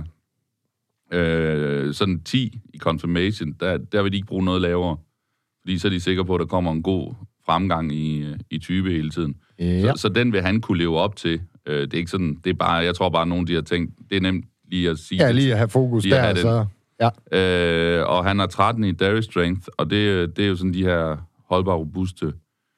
øh, sådan ti i confirmation. Der, der vil de ikke bruge noget lavere. Fordi så er de sikre på, at der kommer en god fremgang i, i type hele tiden. Ja. Så, så den vil han kunne leve op til. Øh, det er ikke sådan, det er bare, jeg tror bare, at nogen de har tænkt, det er nemt lige at sige. Ja, lige at have fokus der, have så... Ja. Øh, og han har tretten i Dairy Strength, og det, det er jo sådan de her holdbare, robuste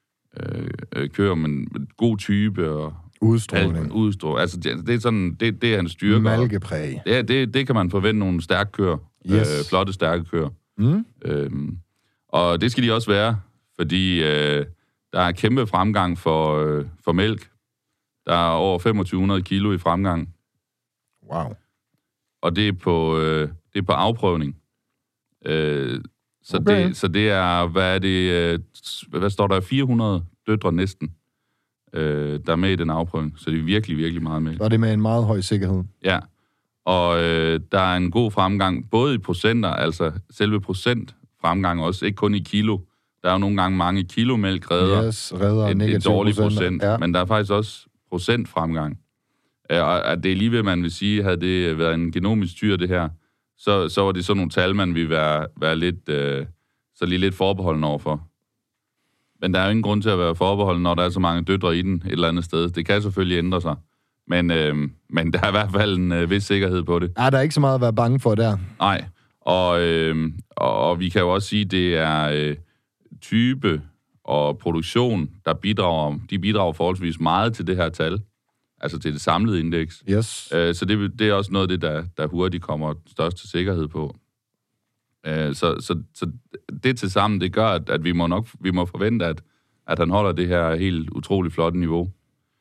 øh, kører, men god type og... Udstråling. Udstråling. Altså, det, det er sådan, det, det er hans styrke. Malkepræg. Det, det, det kan man forvente nogle stærke kører. Yes. Øh, flotte, stærke kører. Mm. Øhm, og det skal de også være, fordi øh, der er kæmpe fremgang for, øh, for mælk. Der er over femogtyve hundrede kilo i fremgang. Wow. Og det er på, øh, det er på afprøvning. Øh, så, okay. det, så det er, hvad er det, øh, hvad står der, fire hundrede døtre næsten, øh, der er med i den afprøvning. Så det er virkelig, virkelig meget med. Og det er med en meget høj sikkerhed. Ja, og øh, der er en god fremgang, både i procenter, altså selve procent fremgang også, ikke kun i kilo. Der er jo nogle gange mange kilo mælk redder, yes, redder en, en dårlig procent, ja. Men der er faktisk også procent fremgang. Og at det er lige ved, man vil sige, havde det været en genomisk tyr, det her, så, så var det sådan nogle tal, man ville være, være lidt, øh, så lige lidt forbeholden overfor. Men der er jo ingen grund til at være forbeholden, når der er så mange døtre i den et eller andet sted. Det kan selvfølgelig ændre sig. Men, øh, men der er i hvert fald en øh, vis sikkerhed på det. Ja, der er ikke så meget at være bange for der. Nej, og, øh, og, og vi kan jo også sige, at det er øh, type og produktion, der bidrager, de bidrager forholdsvis meget til det her tal. Altså til det samlede indeks. Yes. Øh, så det, det er også noget af det, der, der hurtigt kommer størst sikkerhed på. Øh, så, så, så det til sammen, det gør, at, at vi må nok vi må forvente, at, at han holder det her helt utroligt flotte niveau.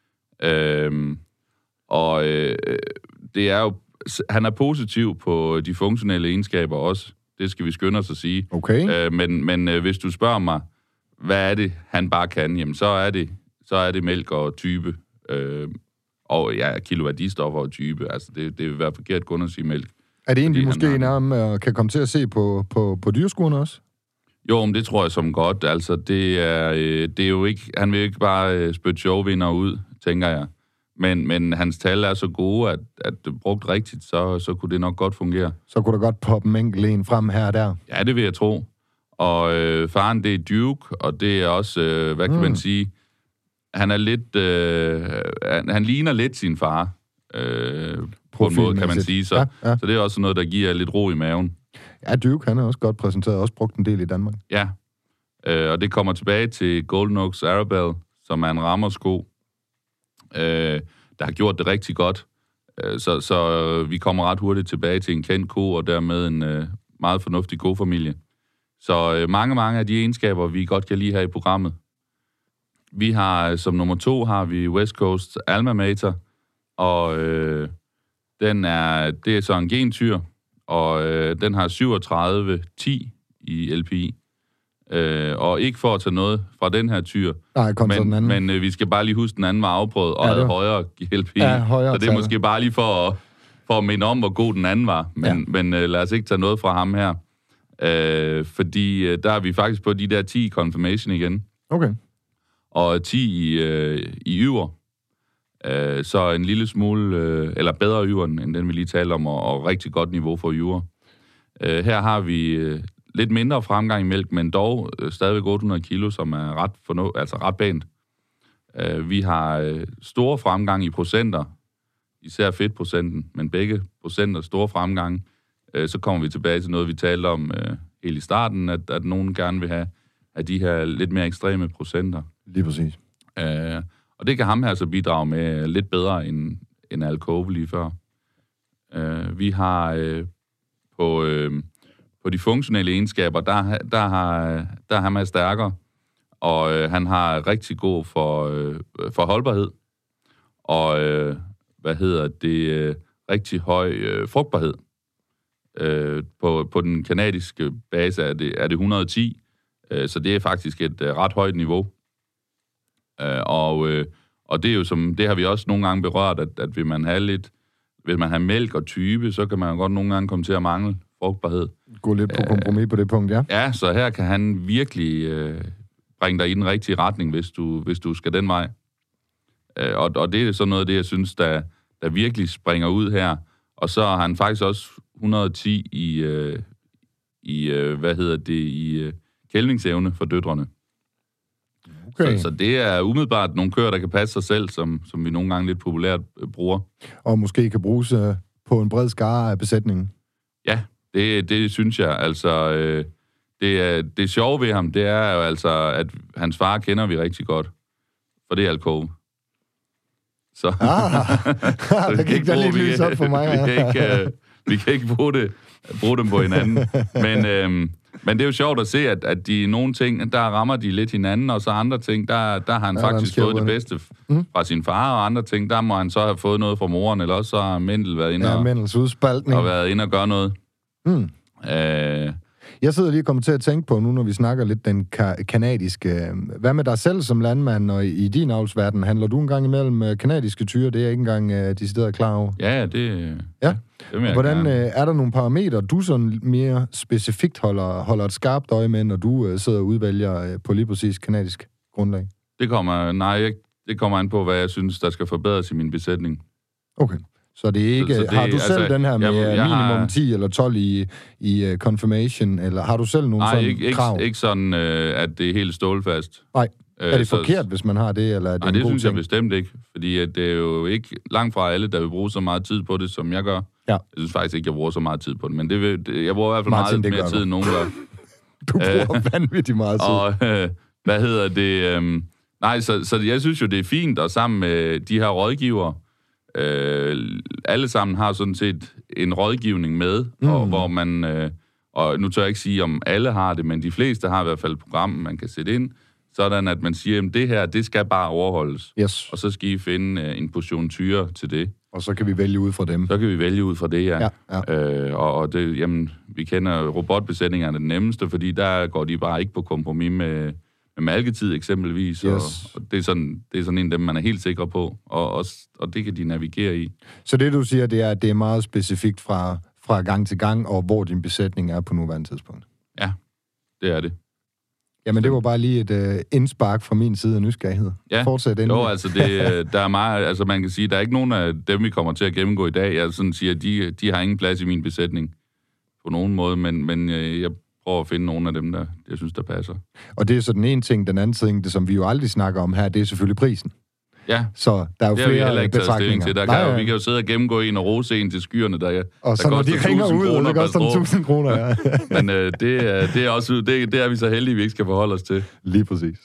Øh, og øh, det er jo, han er positiv på de funktionelle egenskaber også. Det skal vi skynde os at sige. Okay. Øh, men men øh, hvis du spørger mig, hvad er det, han bare kan, jamen så er det, så er det mælk og type. Øh, og ja, kilowattistoffer og type. Altså, det, det vil være forkert kun at sige mælk. Er det egentlig måske nærmere kan komme til at se på, på, på dyreskuerne også? Jo, men det tror jeg som godt. Altså, det er, det er jo ikke... Han vil ikke bare spytte showvinder ud, tænker jeg. Men, men hans tal er så gode, at, at brugt rigtigt, så, så kunne det nok godt fungere. Så kunne der godt poppe en enkelt en frem her og der? Ja, det vil jeg tro. Og øh, faren, det er Duke, og det er også, øh, hvad kan mm. man sige... Han er lidt... Øh, han, han ligner lidt sin far, øh, på en måde, kan man sige. Så, ja, ja. Så det er også noget, der giver lidt ro i maven. Ja, Duke, han er også godt præsenteret, også brugt en del i Danmark. Ja, øh, og det kommer tilbage til Golden Oaks Arabelle, som er en rammersko, øh, der har gjort det rigtig godt. Øh, så, så vi kommer ret hurtigt tilbage til en kendt ko, og dermed en øh, meget fornuftig kofamilie. Så øh, mange, mange af de egenskaber, vi godt kan lide her i programmet. Vi har, som nummer to, har vi West Coast Alma Mater, og øh, den er, det er så en gentyr, og øh, den har syvogtredive ti i L P I. Øh, og ikke for at tage noget fra den her tyr, Nej, men, den men øh, vi skal bare lige huske, den anden var afprøvet og ja, havde højere L P I. Ja, højere så det er måske tal. Bare lige for at, for at minde om, hvor god den anden var. Men, ja. men øh, lad os ikke tage noget fra ham her. Øh, fordi øh, der er vi faktisk på de der ti confirmation igen. Okay. Og ti i, øh, i yver. Øh, så en lille smule, øh, eller bedre yver, end den vi lige talte om, og, og rigtig godt niveau for yver. Øh, her har vi øh, lidt mindre fremgang i mælk, men dog øh, stadigvæk otte hundrede kilo, som er ret, forno- altså ret pænt. Øh, vi har øh, store fremgang i procenter, især fedtprocenten, men begge procenter store fremgang. Øh, så kommer vi tilbage til noget, vi talte om øh, helt i starten, at, at nogen gerne vil have af de her lidt mere ekstreme procenter. Lige præcis. Øh, og det kan ham her så bidrage med lidt bedre end, end Alcove lige før. Øh, vi har øh, på, øh, på de funktionelle egenskaber, der, der, har, der har man stærkere. og øh, han har rigtig god for, øh, for holdbarhed, og øh, hvad hedder det, øh, rigtig høj øh, frugtbarhed. Øh, på, på den kanadiske base er det, er det et hundrede og ti, øh, så det er faktisk et øh, ret højt niveau. Øh, og, øh, og det er jo som, det har vi også nogle gange berørt, at, at vil man have lidt, vil man have mælk og type, så kan man jo godt nogle gange komme til at mangle frugtbarhed. Gå lidt på kompromis øh, på det punkt, ja. Ja, så her kan han virkelig øh, bringe dig i den rigtige retning, hvis du, hvis du skal den vej. Øh, og, og det er sådan noget af det, jeg synes, der, der virkelig springer ud her. Og så har han faktisk også et hundrede og ti i, øh, i øh, hvad hedder det, i øh, kælvningsevne for døtrene. Okay. Så, så det er umiddelbart nogle køer, der kan passe sig selv, som, som vi nogle gange lidt populært øh, bruger. Og måske kan bruges øh, på en bred skare af besætningen. Ja, det, det synes jeg. Altså, øh, det, er, det sjove ved ham, det er jo altså, at hans far kender vi rigtig godt. For det er Alcove. Så, ah, der gik der lidt lys op for mig. vi, kan ikke, uh, vi kan ikke bruge, det, bruge dem på hinanden. Men, øhm, men det er jo sjovt at se, at, at de nogle ting, der rammer de lidt hinanden, og så andre ting, der, der har han ja, faktisk fået det bedste fra sin far, og andre ting, der må han så have fået noget fra moren, eller også så har Mendel været inde og, ja, og været inde og gøre noget. Mm. Øh, Jeg sidder lige og kommer til at tænke på nu, når vi snakker lidt den ka- kanadiske. Hvad med dig selv som landmand, og i din avlsverden, handler du en gang imellem kanadiske tyre? Det er jeg ikke engang uh, decideret klar over. Ja, det, ja. det vil Hvordan uh, er der nogle parametre, du sådan mere specifikt holder, holder et skarpt øje med, når du uh, sidder og udvælger uh, på lige præcis kanadisk grundlag? Det kommer, nej, det kommer an på, hvad jeg synes, der skal forbedres i min besætning. Okay. Så det er ikke... Så, så det, har du selv altså, den her med jeg, jeg minimum har, ti eller tolv i, i uh, confirmation, eller har du selv nogle nej, sådan ikke, krav? Nej, ikke sådan, uh, at det er helt stålfast. Nej. Er det uh, forkert, så, hvis man har det, eller er det nej, en det god synes ting? Jeg bestemt ikke, fordi at det er jo ikke langt fra alle, der vil bruge så meget tid på det, som jeg gør. Ja. Jeg synes faktisk ikke, jeg bruger så meget tid på det, men det vil, det, jeg bruger i hvert fald Martin, meget mere tid, end nogen gør. Du bruger uh, vanvittigt meget tid. Og uh, hvad hedder det... Um, nej, så, så jeg synes jo, det er fint, og sammen med de her rådgivere, Øh, alle sammen har sådan set en rådgivning med, mm. og, hvor man, øh, og nu tør jeg ikke sige, om alle har det, men de fleste har i hvert fald et program, man kan sætte ind, sådan at man siger, at det her, det skal bare overholdes. Yes. Og så skal I finde øh, en portion tyre til det. Og så kan vi vælge ud fra dem. Så kan vi vælge ud fra det, ja. ja, ja. Øh, og og det, jamen, vi kender robotbesætningerne den nemmeste, fordi der går de bare ikke på kompromis med med malketid eksempelvis, yes. og, og det, er sådan, det er sådan en af dem, man er helt sikker på, og, og, og det kan de navigere i. Så det, du siger, det er, at det er meget specifikt fra, fra gang til gang, og hvor din besætning er på nuværende tidspunkt? Ja, det er det. Jamen, det var bare lige et uh, indspark fra min side af nysgerrighed. Ja, fortsæt jo, altså, det, der er meget, altså man kan sige, der er ikke nogen af dem, vi kommer til at gennemgå i dag, jeg sådan siger, de, de har ingen plads i min besætning på nogen måde, men, men jeg prøver at finde nogle af dem, der jeg synes, der passer. Og det er så den ene ting. Den anden ting, det som vi jo aldrig snakker om her, det er selvfølgelig prisen. Ja, så der er jo det flere har vi ikke taget stilling til. Der Nej, kan ja. jo, vi kan jo sidde og gennemgå en og rose en til skyerne, der, og der så når de ringer ud, det koster tusind kroner, ja. Men øh, det, er, det, er også, det, det er vi så heldige, vi ikke skal forholde os til. Lige præcis.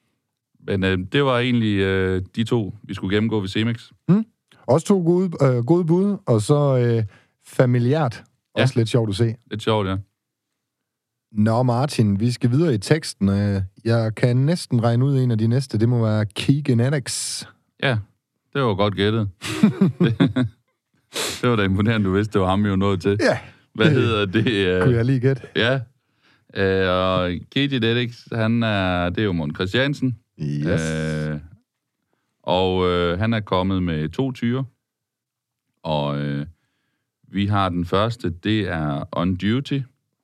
Men øh, det var egentlig øh, de to, vi skulle gennemgå ved Cemex. Hmm. Også to gode, øh, gode bud, og så øh, familiært. Ja. Også lidt sjovt at se. Lidt sjovt, ja. Nå, Martin, vi skal videre i teksten. Jeg kan næsten regne ud en af de næste. Det må være Key Genetics. Ja, det var godt gættet. det, det var da imponerende, du vidste, det var ham jo nået til. Ja. Hvad hedder det? Kunne jeg lige gætte? Ja. Uh, og Key Genetics, han er, det er jo Morten Christiansen. Yes. Uh, og uh, han er kommet med to tyre. Og uh, vi har den første, det er On Duty.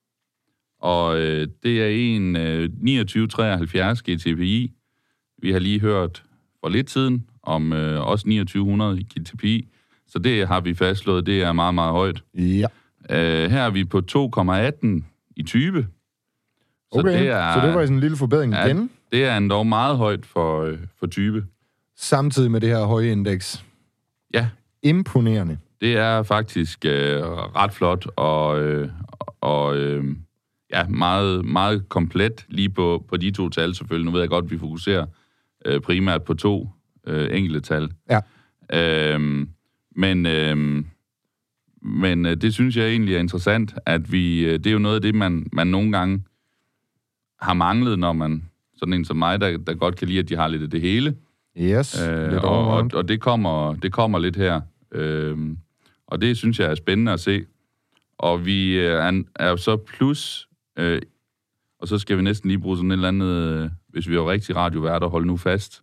Og øh, det er en øh, niogtyve treoghalvfjerds G T P I. Vi har lige hørt for lidt siden om øh, også niogtyve hundrede G T P I. Så det har vi fastslået, det er meget, meget højt. Ja. Øh, her er vi på to komma atten i type. Så okay, det er, så det var en lille forbedring ja, igen. Det er endda meget højt for, øh, for type. Samtidig med det her høje indeks. Ja. Imponerende. Det er faktisk øh, ret flot, og, øh, og øh, ja, meget, meget komplet lige på, på de to tal selvfølgelig. Nu ved jeg godt, at vi fokuserer øh, primært på to øh, enkelte tal. Ja. Øhm, men øh, men øh, det synes jeg egentlig er interessant, at vi, øh, det er jo noget af det, man, man nogle gange har manglet, når man sådan en som mig, der, der godt kan lide, at de har lidt af det hele. Yes, øh, lidt og, og, og det kommer, det kommer lidt her. Øh, og det synes jeg er spændende at se. Og vi er, er så plus, øh, og så skal vi næsten lige bruge sådan et eller andet, øh, hvis vi er rigtig radioværter, hold nu fast,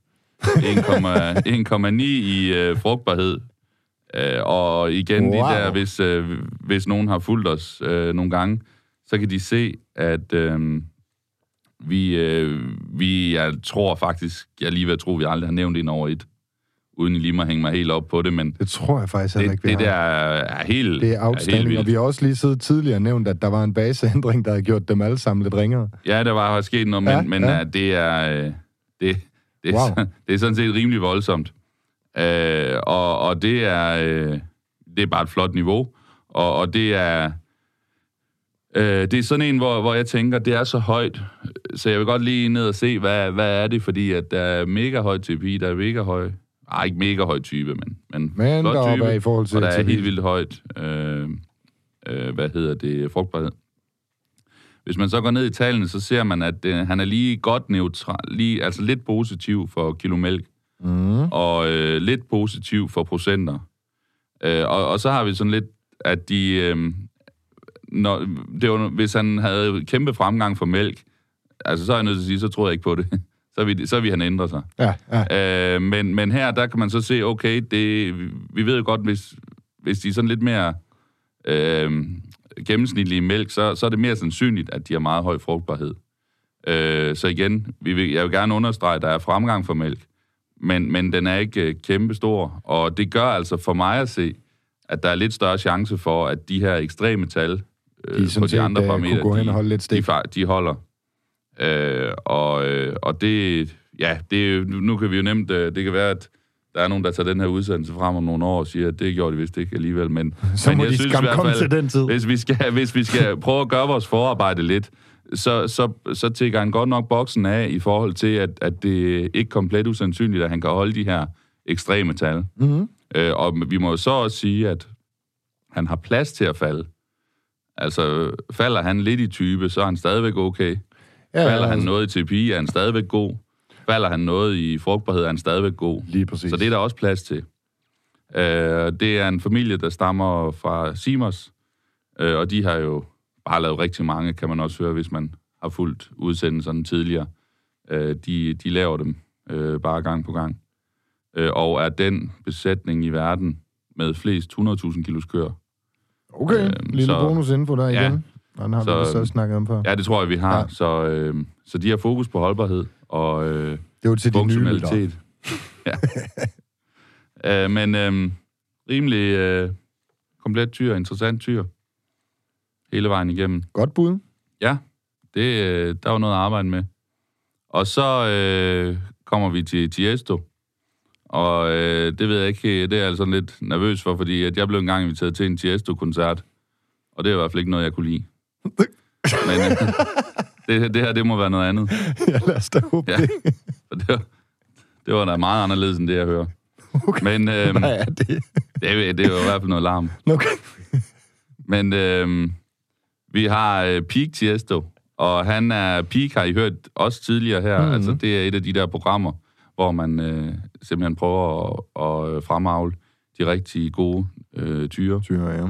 en komma ni i øh, frugtbarhed. Øh, og igen, wow. de der, hvis, øh, hvis nogen har fulgt os øh, nogle gange, så kan de se, at øh, vi, øh, vi, jeg tror faktisk, jeg lige ved at tro, vi aldrig har nævnt en over et, uden I lige må hænge mig helt op på det, men... Det tror jeg faktisk heller ikke, vi det, har. Det der er helt Det er outstanding, og vi har også lige siddet tidligere nævnt, at der var en baseændring, der havde gjort dem alle sammen lidt ringere. Ja, der var sket noget, men, ja, men ja. det er... Det, det, wow. er, det er sådan set rimelig voldsomt. Øh, og, og det er... Øh, det er bare et flot niveau, og, og det er... Øh, det er sådan en, hvor, hvor jeg tænker, det er så højt, så jeg vil godt lige ned og se, hvad, hvad er det, fordi at der er mega høj T P I, der er mega høj... Ej, ikke mega høj type, men, men, men flot type, i forhold til og der er T P I. helt vildt højt, øh, øh, hvad hedder det, frugtbarhed. Hvis man så går ned i tallene, så ser man, at øh, han er lige godt neutral, lige, altså lidt positiv for kilo mælk, mm. og øh, lidt positiv for procenter. Øh, og, og så har vi sådan lidt, at de... Øh, når, det var, hvis han havde kæmpe fremgang for mælk, altså så er jeg nødt til at sige, så tror jeg ikke på det. Så vil, så vil han ændre sig. Ja, ja. Øh, men, men her, der kan man så se, okay, det, vi ved jo godt, hvis, hvis de er sådan lidt mere øh, gennemsnitlige mælk, så, så er det mere sandsynligt, at de har meget høj frugtbarhed. Øh, så igen, vi vil, jeg vil gerne understrege, at der er fremgang for mælk, men, men den er ikke øh, kæmpe stor, og det gør altså for mig at se, at der er lidt større chance for, at de her ekstreme tal øh, de på de andre parametre, de, holde de, de holder. Øh, og, øh, og det, ja, det, nu kan vi jo nemt, øh, det kan være, at der er nogen, der tager den her udsendelse frem om nogle år og siger, at det gjorde de vist ikke alligevel, men, så men må jeg de synes i hvert fald, til den tid. Hvis, vi skal, hvis vi skal prøve at gøre vores forarbejde lidt, så, så, så tækker han godt nok boksen af i forhold til, at, at det ikke er komplet usandsynligt, at han kan holde de her ekstreme tal. Mm-hmm. Øh, og vi må jo så også sige, at han har plads til at falde. Altså, falder han lidt i type, så er han stadigvæk okay. Ja, falder ja, han noget i T P I, er han stadigvæk god. Falder han noget i frugtbarhed, er han stadigvæk god. Lige præcis. Så det er der også plads til. Øh, det er en familie, der stammer fra Simers, øh, og de har jo bare lavet rigtig mange, kan man også høre, hvis man har fulgt udsendelserne tidligere. Øh, de, de laver dem øh, bare gang på gang. Øh, og er den besætning i verden med flest hundrede tusind kilos køer. Okay, øh, lille så, bonusinfo der igen. Ja, den har så, vi så snakket om før. Ja, det tror jeg, vi har. Ja. Så, øh, så de har fokus på holdbarhed og øh, det var til funktionalitet. Ja. øh, men øh, rimelig øh, komplet tyr, interessant tyr. Hele vejen igennem. Godt bud. Ja, det, øh, der var noget at arbejde med. Og så øh, kommer vi til Tiesto. Og øh, det ved jeg ikke, det er jeg altså lidt nervøs for, fordi at jeg blev engang inviteret til en Tiesto-koncert. Og det er i hvert fald ikke noget, jeg kunne lide. Men øh, det, det her, det må være noget andet. Ja, lad os da håbe ja. det. det, var, det var da meget anderledes, end det, jeg hører. Okay. Men, øh, hvad er det? det? Det er jo i hvert fald noget larm. Okay. Men øh, vi har øh, Peak Tiesto, og han er Peak, har I hørt også tidligere her. Mm-hmm. Altså, det er et af de der programmer, hvor man øh, simpelthen prøver at, at fremavle de rigtig gode øh, tyre. Tyre, ja.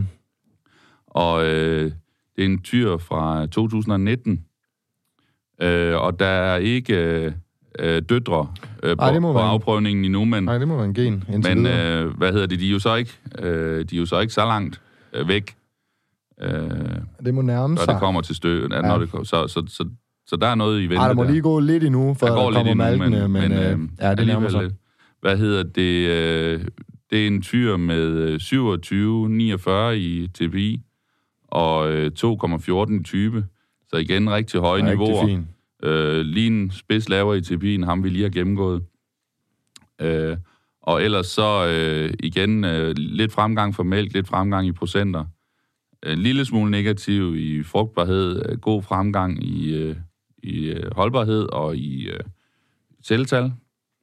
Og øh, det er en tyr fra to tusind nitten, øh, og der er ikke øh, døtre øh, Ej, på, på afprøvningen endnu, men... Nej, det må være en gen. Men øh, hvad hedder det? De er jo så ikke, øh, de er jo så ikke så langt øh, væk. Øh, det må nærme sig. Når det kommer til stø. Ja. Når det, så, så, så, så der er noget i vente. Ej, der må der. lige gå lidt endnu, før der, der kommer malkene, men, men, men øh, ja, det nærmer sig. Hvad hedder det? Øh, det er en tyr med syvogtyve komma niogfyrre i T P I og øh, to komma fjorten i type. Så igen rigtig høje rigtig niveauer. Fin. Øh, lige en spids lavere i T P I, end ham vi lige har gennemgået. Øh, og ellers så øh, igen øh, lidt fremgang for mælk, lidt fremgang i procenter. En lille smule negativ i frugtbarhed, øh, god fremgang i, øh, i øh, holdbarhed og i øh, celletal.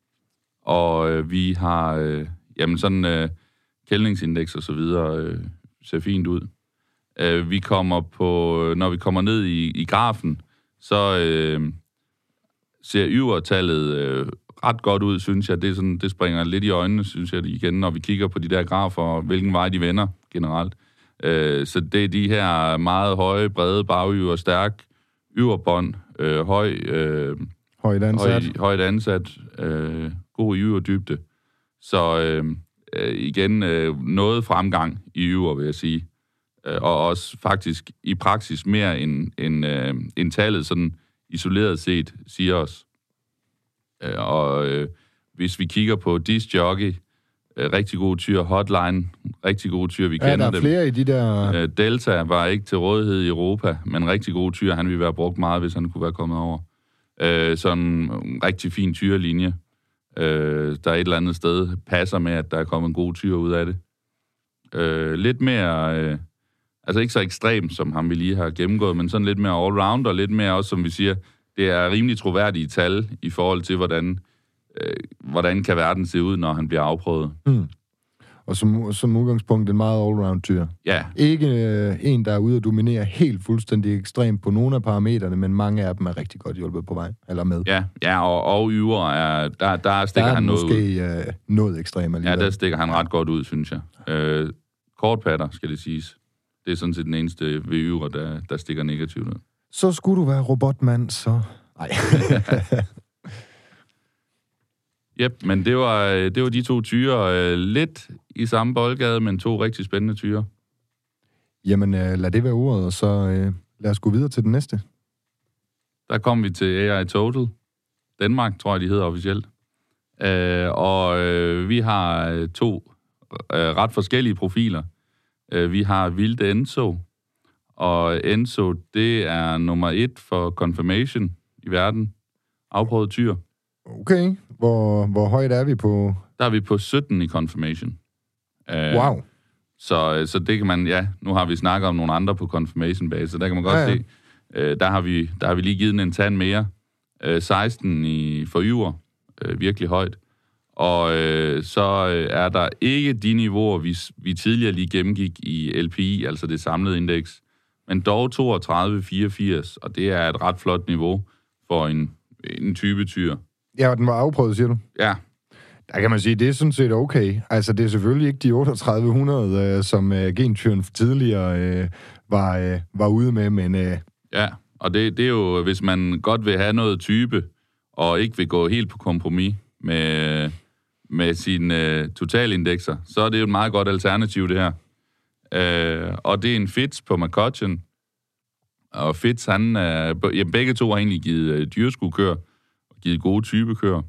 Og øh, vi har øh, jamen sådan øh, kældningsindeks og så videre øh, ser fint ud. Øh, vi kommer på, når vi kommer ned i, i grafen, så øh, ser yvertallet øh, ret godt ud, synes jeg. Det, er sådan, det springer lidt i øjnene, synes jeg igen, når vi kigger på de der grafer, og hvilken vej de vender generelt. Øh, så det er de her meget høje, brede bagyver, stærk yverbånd, øh, høj, øh, højt ansat, høj, højt ansat øh, god yverdybde. Så øh, øh, igen, øh, noget fremgang i yver, vil jeg sige. Øh, og også faktisk i praksis mere end, end, øh, end tallet sådan isoleret set siger os. Øh, og øh, hvis vi kigger på disc jockey, øh, rigtig gode tyr, hotline, rigtig gode tyr, vi ja, kender der er dem. flere i de der... Øh, Delta var ikke til rådighed i Europa, men rigtig gode tyr, han ville være brugt meget, hvis han kunne være kommet over. Øh, sådan en rigtig fin tyrlinje. Øh, der er et eller andet sted, passer med, at der er kommet en god tyr ud af det. Øh, lidt mere... Øh, altså ikke så ekstremt, som ham vi lige har gennemgået, men sådan lidt mere all-round, og lidt mere også, som vi siger, det er rimelig troværdige tal i forhold til, hvordan, øh, hvordan kan verden se ud, når han bliver afprøvet. Mm. Og som, som udgangspunkt en meget all-round tyr. Ja. Ikke øh, en, der er ude og dominere helt fuldstændig ekstremt på nogle af parametrene, men mange af dem er rigtig godt hjulpet på vej, eller med. Ja, ja og, og yver er, der, der stikker der er han noget måske, ud. måske øh, noget ekstremt alligevel. Ja, der stikker han ret godt ud, synes jeg. Øh, kortpatter, skal det siges. Det er sådan set den eneste ved yver, der, der stikker negativt ud. Så skulle du være robotmand, så... Nej. Jep, men det var, det var de to tyre. Lidt i samme boldgade, men to rigtig spændende tyre. Jamen, øh, lad det være ordet, og så øh, lad os gå videre til den næste. Der kom vi til A I Total. Danmark, tror jeg, de hedder officielt. Øh, og øh, vi har to øh, ret forskellige profiler. Øh, vi har Vilde Enzo, og Enzo, det er nummer et for confirmation i verden. Afprøvet tyr. Okay, hvor, hvor højt er vi på? Der er vi på sytten i confirmation. Øh, wow. Så, så det kan man, ja, nu har vi snakket om nogle andre på confirmation-base, så der kan man godt ja, ja. se, øh, der, har vi, der har vi lige givet en tand mere. Øh, seksten i for yver, øh, virkelig højt. Og øh, så øh, er der ikke de niveauer, vi, vi tidligere lige gennemgik i L P I, altså det samlede indeks, men dog toogtredive komma fireogfirs, og det er et ret flot niveau for en, en type tyr. Ja, og den var afprøvet, siger du? Ja. Der kan man sige, det er sådan set okay. Altså, det er selvfølgelig ikke de otteogtredive hundrede, øh, som øh, gentyren tidligere øh, var, øh, var ude med, men... Øh... Ja, og det, det er jo, hvis man godt vil have noget type, og ikke vil gå helt på kompromis med, med sine øh, totalindekser, så er det jo et meget godt alternativ, det her. Øh, og det er en Fitz på McCutcheon, og Fitz, han øh, ja, begge to har egentlig givet øh, dyreskukør, og givet gode typekør.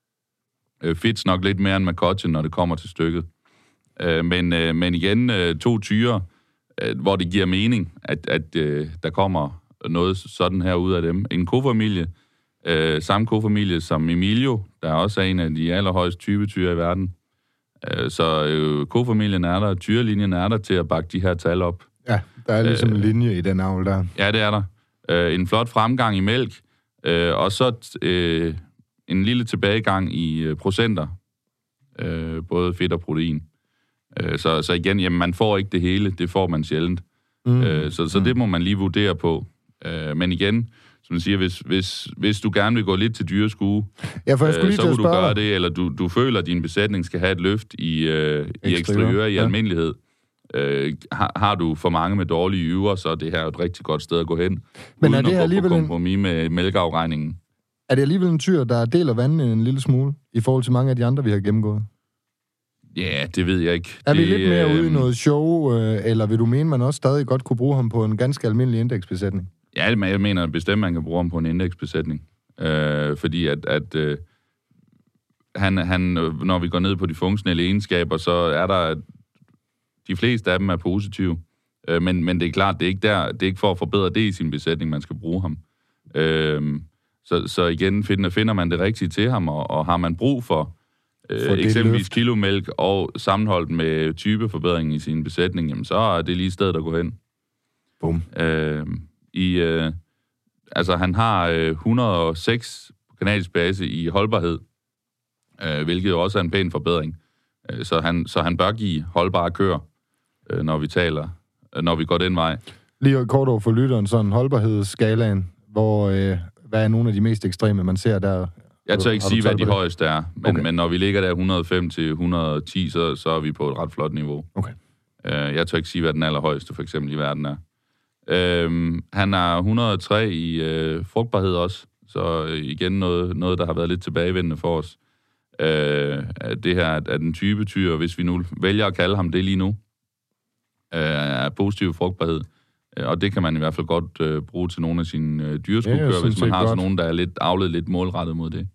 Øh, Fitz nok lidt mere end McCutcheon, når det kommer til stykket. Øh, men, øh, men igen, øh, to tyre, øh, hvor det giver mening, at, at øh, der kommer noget sådan her ud af dem. En kofamilie, øh, samme kofamilie som Emilio, der også er en af de allerhøjeste typetyre i verden. Øh, så øh, kofamilien er der, tyrelinjen er der til at bakke de her tal op. Ja, der er ligesom øh, en linje i den avl der. Ja, det er der. Øh, en flot fremgang i mælk, øh, og så øh, en lille tilbagegang i øh, procenter, øh, både fedt og protein. Øh, så, så igen, jamen, man får ikke det hele, det får man sjældent. Mm. Øh, så så mm. det må man lige vurdere på. Øh, men igen, som du siger, hvis, hvis, hvis du gerne vil gå lidt til dyreskue, ja, for jeg skulle øh, lige så til kan du gøre dig. det, eller du, du føler, at din besætning skal have et løft i, øh, i eksteriør i ja. almindelighed. Øh, har, har du for mange med dårlige yver, så er det her et rigtig godt sted at gå hen. Men uden er det at gå på kompromis en... med mælkeafregningen. Er det alligevel en tyr, der deler vandet en lille smule, i forhold til mange af de andre, vi har gennemgået? Ja, det ved jeg ikke. Er det, vi lidt mere øh, ude i noget show, øh, eller vil du mene, man også stadig godt kunne bruge ham på en ganske almindelig indeksbesætning? Ja, jeg mener bestemt, man kan bruge ham på en indeksbesætning. Øh, fordi at, at øh, han, han, når vi går ned på de funktionelle egenskaber, så er der... De fleste af dem er positive. Øh, men, men det er klart, det er ikke der, det er ikke for at forbedre det i sin besætning, man skal bruge ham. Øh, så, så igen finder, finder man det rigtige til ham, og, og har man brug for, øh, for eksempelvis løft. Kilomælk og sammenholdt med typeforbedring i sin besætning, jamen, så er det lige stedet at gå hen. Bum. Øh, i, øh, altså, han har øh, et hundrede og seks på kanadisk base i holdbarhed, øh, hvilket jo også er en pæn forbedring. Øh, så, han, så han bør give holdbare køer, øh, når vi taler, øh, når vi går den vej. Lige kort over for lytteren, sådan holdbarhedsskalaen, hvor, øh, hvad er nogle af de mest ekstreme, man ser der? Jeg tør ikke sige, hvad de højeste er, men, okay. men når vi ligger der et hundrede og fem til et hundrede og ti, så, så er vi på et ret flot niveau. Okay. Uh, jeg tør ikke sige, hvad den allerhøjeste for eksempel i verden er. Uh, han er et hundrede og tre i uh, frugtbarhed også, så uh, igen noget, noget, der har været lidt tilbagevendende for os. Uh, det her er den type tyr, hvis vi nu vælger at kalde ham det lige nu, uh, er positiv frugtbarhed. Uh, og det kan man i hvert fald godt uh, bruge til nogle af sine uh, dyreskudkører, ja, hvis man har sådan nogen, der er lidt afledt lidt målrettet mod det.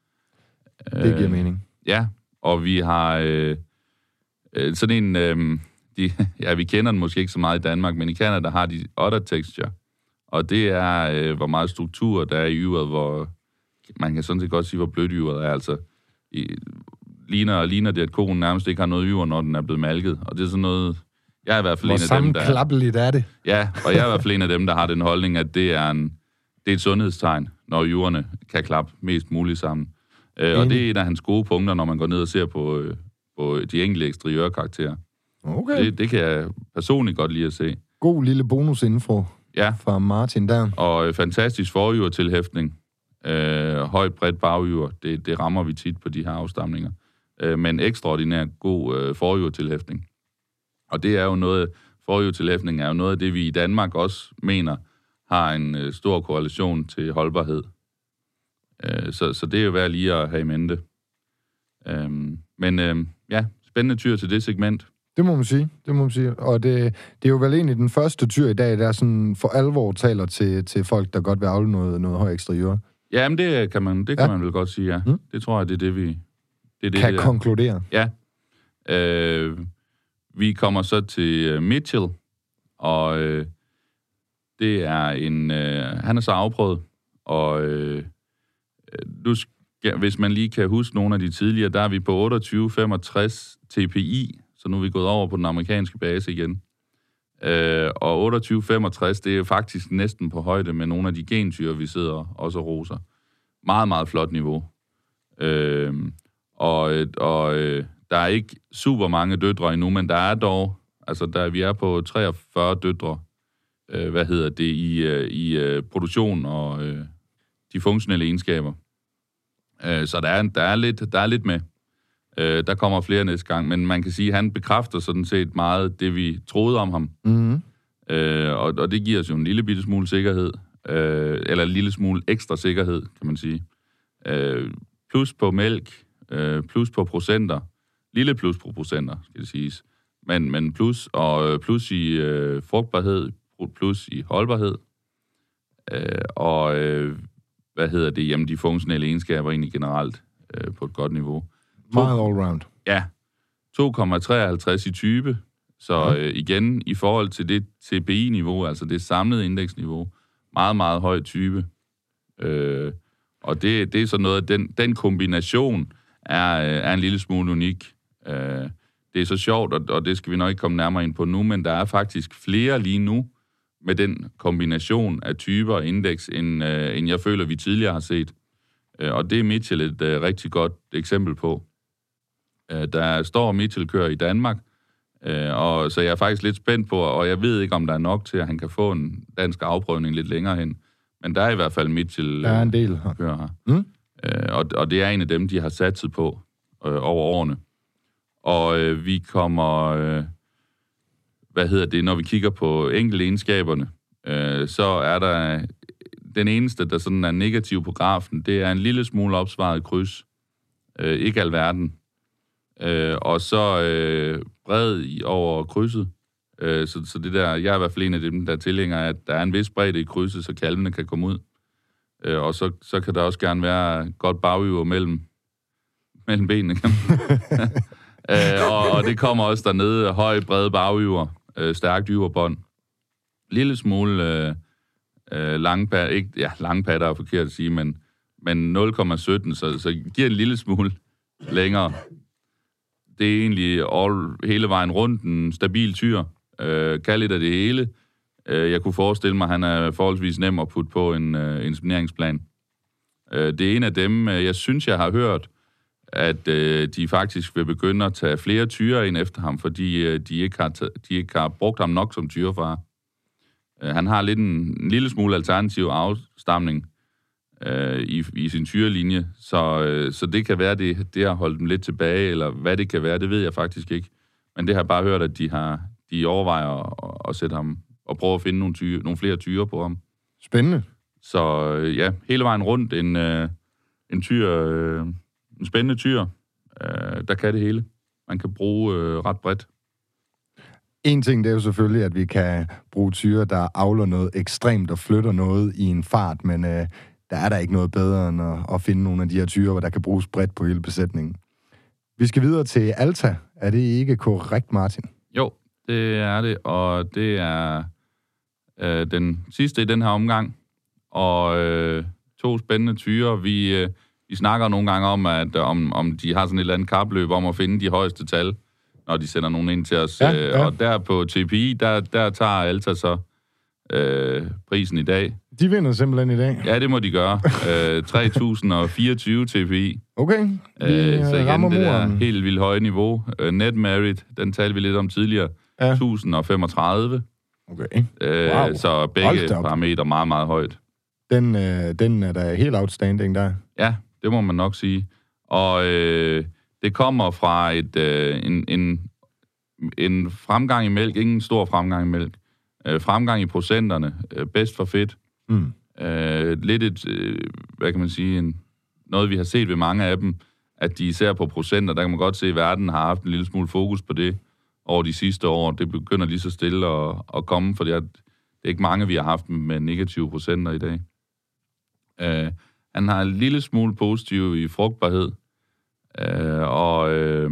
Det giver uh, mening. Ja, og vi har uh, uh, sådan en... Uh, De, ja, vi kender den måske ikke så meget i Danmark, men i Canada har de udder texture. Og det er, øh, hvor meget struktur der er i yveret, hvor man kan sådan set godt sige, hvor blødt yveret er. Altså, i, ligner, ligner det, at konen nærmest ikke har noget yver, når den er blevet malket. Og det er sådan noget... Jeg er i hvert fald hvor en af dem, der... Hvor sammenklappeligt er det? Ja, og jeg er i hvert fald en af dem, der har den holdning, at det er, en, det er et sundhedstegn, når yverne kan klappe mest muligt sammen. Øh, og det er en af hans gode punkter, når man går ned og ser på, øh, på de enkelte eksteriørkarakterer. Okay. Det, det kan jeg personligt godt lide at se. God lille bonusinfo ja. fra Martin der. Og øh, fantastisk forhyvertilhæftning. Øh, højt bredt baghyver. Det, det rammer vi tit på de her afstamninger. Øh, men ekstraordinært god øh, forhyvertilhæftning. Og det er jo noget, forhyvertilhæftning er jo noget af det, vi i Danmark også mener har en øh, stor korrelation til holdbarhed. Øh, så, så det er jo værd lige at have i mente. Øh, men øh, ja, spændende tyr til det segment. Det må man sige, det må man sige. Og det, det er jo vel egentlig den første tyr i dag, der sådan for alvor taler til, til folk, der godt vil avle noget, noget høj eksteriør. Ja, men det kan man, det kan ja. man vel godt sige, ja. Mm. Det tror jeg, det er det, vi... Det er det, kan det konkludere. Ja. Øh, vi kommer så til Mitchell, og øh, det er en... Øh, han er så afprøvet, og øh, nu, hvis man lige kan huske nogle af de tidligere, der er vi på otteogtyve komma femogtres T P I, så nu er vi gået over på den amerikanske base igen. Øh, og otteogtyve komma femogtres, det er faktisk næsten på højde med nogle af de gentyre, vi sidder også og roser. Meget, meget flot niveau. Øh, og og øh, der er ikke super mange døtre endnu, men der er dog, altså der, vi er på treogfyrre døtre, øh, hvad hedder det, i, øh, i øh, produktion og øh, de funktionelle egenskaber. Øh, så der er, der, er lidt, der er lidt med. Øh, der kommer flere næste gang, men man kan sige, at han bekræfter sådan set meget det, vi troede om ham. Mm-hmm. Øh, og, og det giver os jo en lille bitte smule sikkerhed, øh, eller en lille smule ekstra sikkerhed, kan man sige. Øh, plus på mælk, øh, plus på procenter, lille plus på procenter, skal det siges, men, men plus, og plus i øh, frugtbarhed, plus i holdbarhed, øh, og øh, hvad hedder det, jamen de funktionelle egenskaber egentlig generelt øh, på et godt niveau. Meget all-round. Ja. to komma treoghalvtreds i type. Så ja. øh, igen, i forhold til det T P I-niveau, altså det samlede indeksniveau, meget, meget høj type. Øh, og det, det er så noget af den, den kombination er, er en lille smule unik. Øh, det er så sjovt, og, og det skal vi nok ikke komme nærmere ind på nu, men der er faktisk flere lige nu med den kombination af typer og indeks, end, øh, end jeg føler, vi tidligere har set. Øh, og det er Mitchell et øh, rigtig godt eksempel på. Der står Mitchell kører i Danmark, og så jeg er faktisk lidt spændt på, og jeg ved ikke, om der er nok til, at han kan få en dansk afprøvning lidt længere hen. Men der er i hvert fald Mitchell der er en del her. kører her. Mm. Og, og det er en af dem, de har satset på øh, over årene. Og øh, vi kommer, øh, hvad hedder det, når vi kigger på enkelte egenskaberne, øh, så er der den eneste, der sådan er negativ på grafen, det er en lille smule opsvaret kryds. Øh, ikke alverden. Øh, og så øh, bred i over krydset. Øh, så, så det der, jeg er i hvert fald en af dem, der tilhænger, at der er en vis bredde i krydset, så kalvene kan komme ud. Øh, og så, så kan der også gerne være godt baghyver mellem, mellem benene. øh, og, og det kommer også dernede, høj, brede baghyver, øh, stærkt yverbånd. Lille smule øh, øh, langpad, ikke, ja, langpadder er forkert at sige, men, men nul komma sytten, så, så giver en lille smule længere. Det er egentlig all, hele vejen rundt en stabil tyr. Øh, kan lidt af det hele. Øh, jeg kunne forestille mig, at han er forholdsvis nem at putte på en øh, inseminationsplan. Øh, det er en af dem, jeg synes, jeg har hørt, at øh, de faktisk vil begynde at tage flere tyre ind efter ham, fordi øh, de, ikke har t- de ikke har brugt ham nok som tyrefar. Øh, han har lidt en, en lille smule alternativ afstamning, øh, i, i sin tyrelinje. Så, øh, så det kan være, det, det har holdt dem lidt tilbage, eller hvad det kan være, det ved jeg faktisk ikke. Men det har jeg bare hørt, at de har de overvejer at, at sætte ham og prøve at finde nogle, tyre, nogle flere tyre på ham. Spændende. Så øh, ja, hele vejen rundt en, øh, en tyr, øh, en spændende tyr, øh, der kan det hele. Man kan bruge øh, ret bredt. En ting, det er jo selvfølgelig, at vi kan bruge tyre, der avler noget ekstremt og flytter noget i en fart, men øh, der er der ikke noget bedre end at, at finde nogle af de her tyre, hvor der kan bruges bredt på hele besætningen. Vi skal videre til Alta. Er det ikke korrekt, Martin? Jo, det er det, og det er øh, den sidste i den her omgang. Og øh, to spændende tyre. Vi, øh, vi snakker nogle gange om, at om, om de har sådan et eller andet kapløb om at finde de højeste tal, når de sender nogen ind til os. Ja, ja. Og der på T P I, der, der tager Alta så øh, prisen i dag. De vinder simpelthen i dag? Ja, det må de gøre. øh, tre tusind og fireogtyve T P I. Okay, vi øh, så igen, rammer det muren. der helt vildt høje niveau. Uh, Net Merit, den talte vi lidt om tidligere. Ja. et tusind og femogtredive. Okay. Øh, wow. Så begge parametre meget, meget højt. Den, øh, den er da helt outstanding der. Ja, det må man nok sige. Og øh, det kommer fra et, øh, en, en, en fremgang i mælk, ingen stor fremgang i mælk. Øh, fremgang i procenterne, øh, bedst for fedt. Mm. Øh, lidt et, øh, hvad kan man sige, en, noget vi har set ved mange af dem, at de især på procenter, der kan man godt se, at verden har haft en lille smule fokus på det over de sidste år. Det begynder lige så stille at, at komme, for det er, det er ikke mange, vi har haft med negative procenter i dag. Øh, han har en lille smule positiv i frugtbarhed, øh, og øh,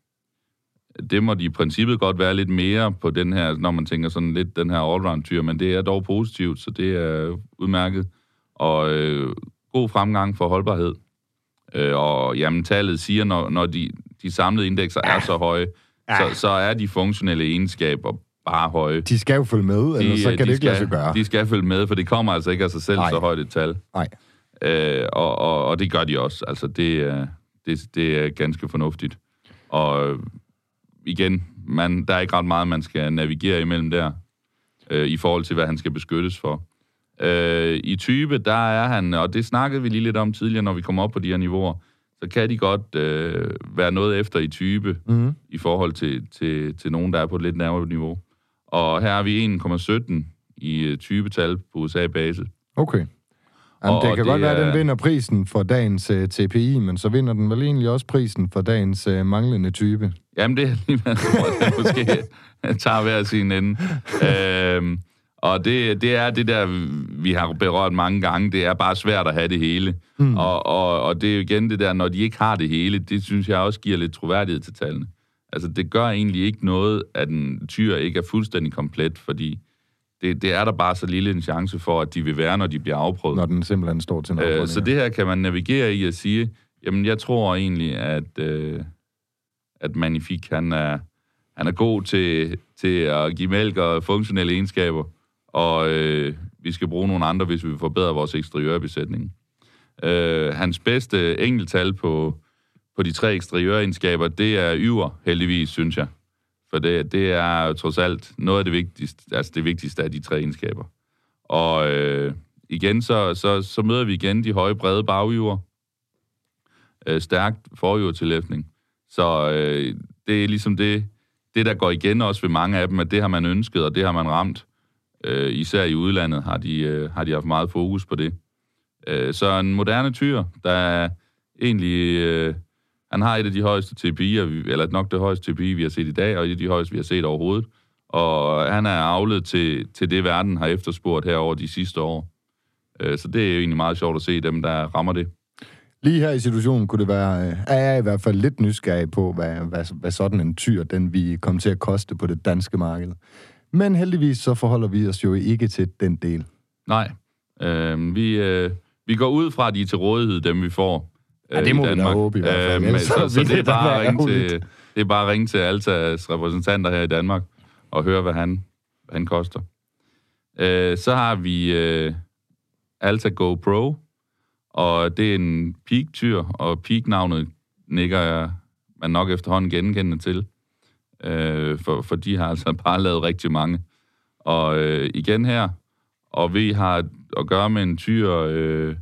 det må de i princippet godt være lidt mere på den her, når man tænker sådan lidt den her allround-tyr, men det er dog positivt, så det er udmærket. Og øh, god fremgang for holdbarhed. Øh, og jamen, tallet siger, når, når de, de samlede indekser er så høje, ja. så, så er de funktionelle egenskaber bare høje. De skal jo følge med, de, ellers så kan de det ikke skal, lade sig gøre. De skal følge med, for det kommer altså ikke af sig selv, Nej. så højt et tal. Nej. Øh, og, og, og det gør de også. Altså, det er, det, det er ganske fornuftigt. Og igen, man, der er ikke ret meget, man skal navigere imellem der, øh, i forhold til, hvad han skal beskyttes for. Øh, I type, der er han, og det snakkede vi lige lidt om tidligere, når vi kommer op på de her niveauer, så kan de godt øh, være noget efter i type, mm-hmm. i forhold til, til, til nogen, der er på et lidt nærmere niveau. Og her er vi en komma sytten i uh, typetal på U S A-base. Okay. Jamen, det kan det godt være, at den vinder prisen for dagens uh, T P I, men så vinder den vel egentlig også prisen for dagens uh, manglende type. Jamen, det er lige hvad jeg måske tager hver sin ende. øhm, og det, det er det der, vi har berørt mange gange, det er bare svært at have det hele. Mm. Og, og, og det er jo igen det der, når de ikke har det hele, det synes jeg også giver lidt troværdighed til tallene. Altså, det gør egentlig ikke noget, at en tyr ikke er fuldstændig komplet, fordi det, det er der bare så lille en chance for, at de vil være, når de bliver afprøvet. Når den simpelthen står til noget. Øh, så det her kan man navigere i at sige, jamen, jeg tror egentlig, at, øh, at Magnifique, han er, han er god til, til at give mælk og funktionelle egenskaber, og øh, vi skal bruge nogle andre, hvis vi vil forbedre vores eksteriørbesætning. Øh, hans bedste enkelttal på, på de tre eksteriøregenskaber, det er yver, heldigvis, synes jeg. For det, det er trods alt noget af det vigtigste, altså det vigtigste af de tre egenskaber. Og øh, igen, så, så, så møder vi igen de høje, brede bagyver. Øh, stærkt forhjulstillæftning. Så øh, det er ligesom det, det, der går igen også ved mange af dem, at det har man ønsket, og det har man ramt. Øh, især i udlandet har de, øh, har de haft meget fokus på det. Øh, så en moderne tyr, der er egentlig... Øh, han har et af de højeste T P I'er, eller nok det højeste T P I, vi har set i dag, og et af de højeste, vi har set overhovedet. Og han er avlet til, til det, verden har efterspurgt her over de sidste år. Øh, så det er jo egentlig meget sjovt at se dem, der rammer det. Lige her i situationen kunne det være, er jeg i hvert fald lidt nysgerrig på, hvad, hvad, hvad sådan en tyr, den vi kommer til at koste på det danske marked. Men heldigvis så forholder vi os jo ikke til den del. Nej. Øh, vi, øh, vi går ud fra, at de er til rådighed, dem vi får. Ja, det må vi da håbe i hvert fald. Øh, så, så, så det, er bare at ringe til, det er bare at ringe til Altas repræsentanter her i Danmark og høre, hvad han, hvad han koster. Øh, så har vi øh, Alta Go Pro, og det er en peak-tyr, og peak-navnet nikker jeg man nok efterhånden genkendende til, øh, for, for de har altså bare lavet rigtig mange. Og øh, igen her, og vi har at gøre med en tyr... Øh,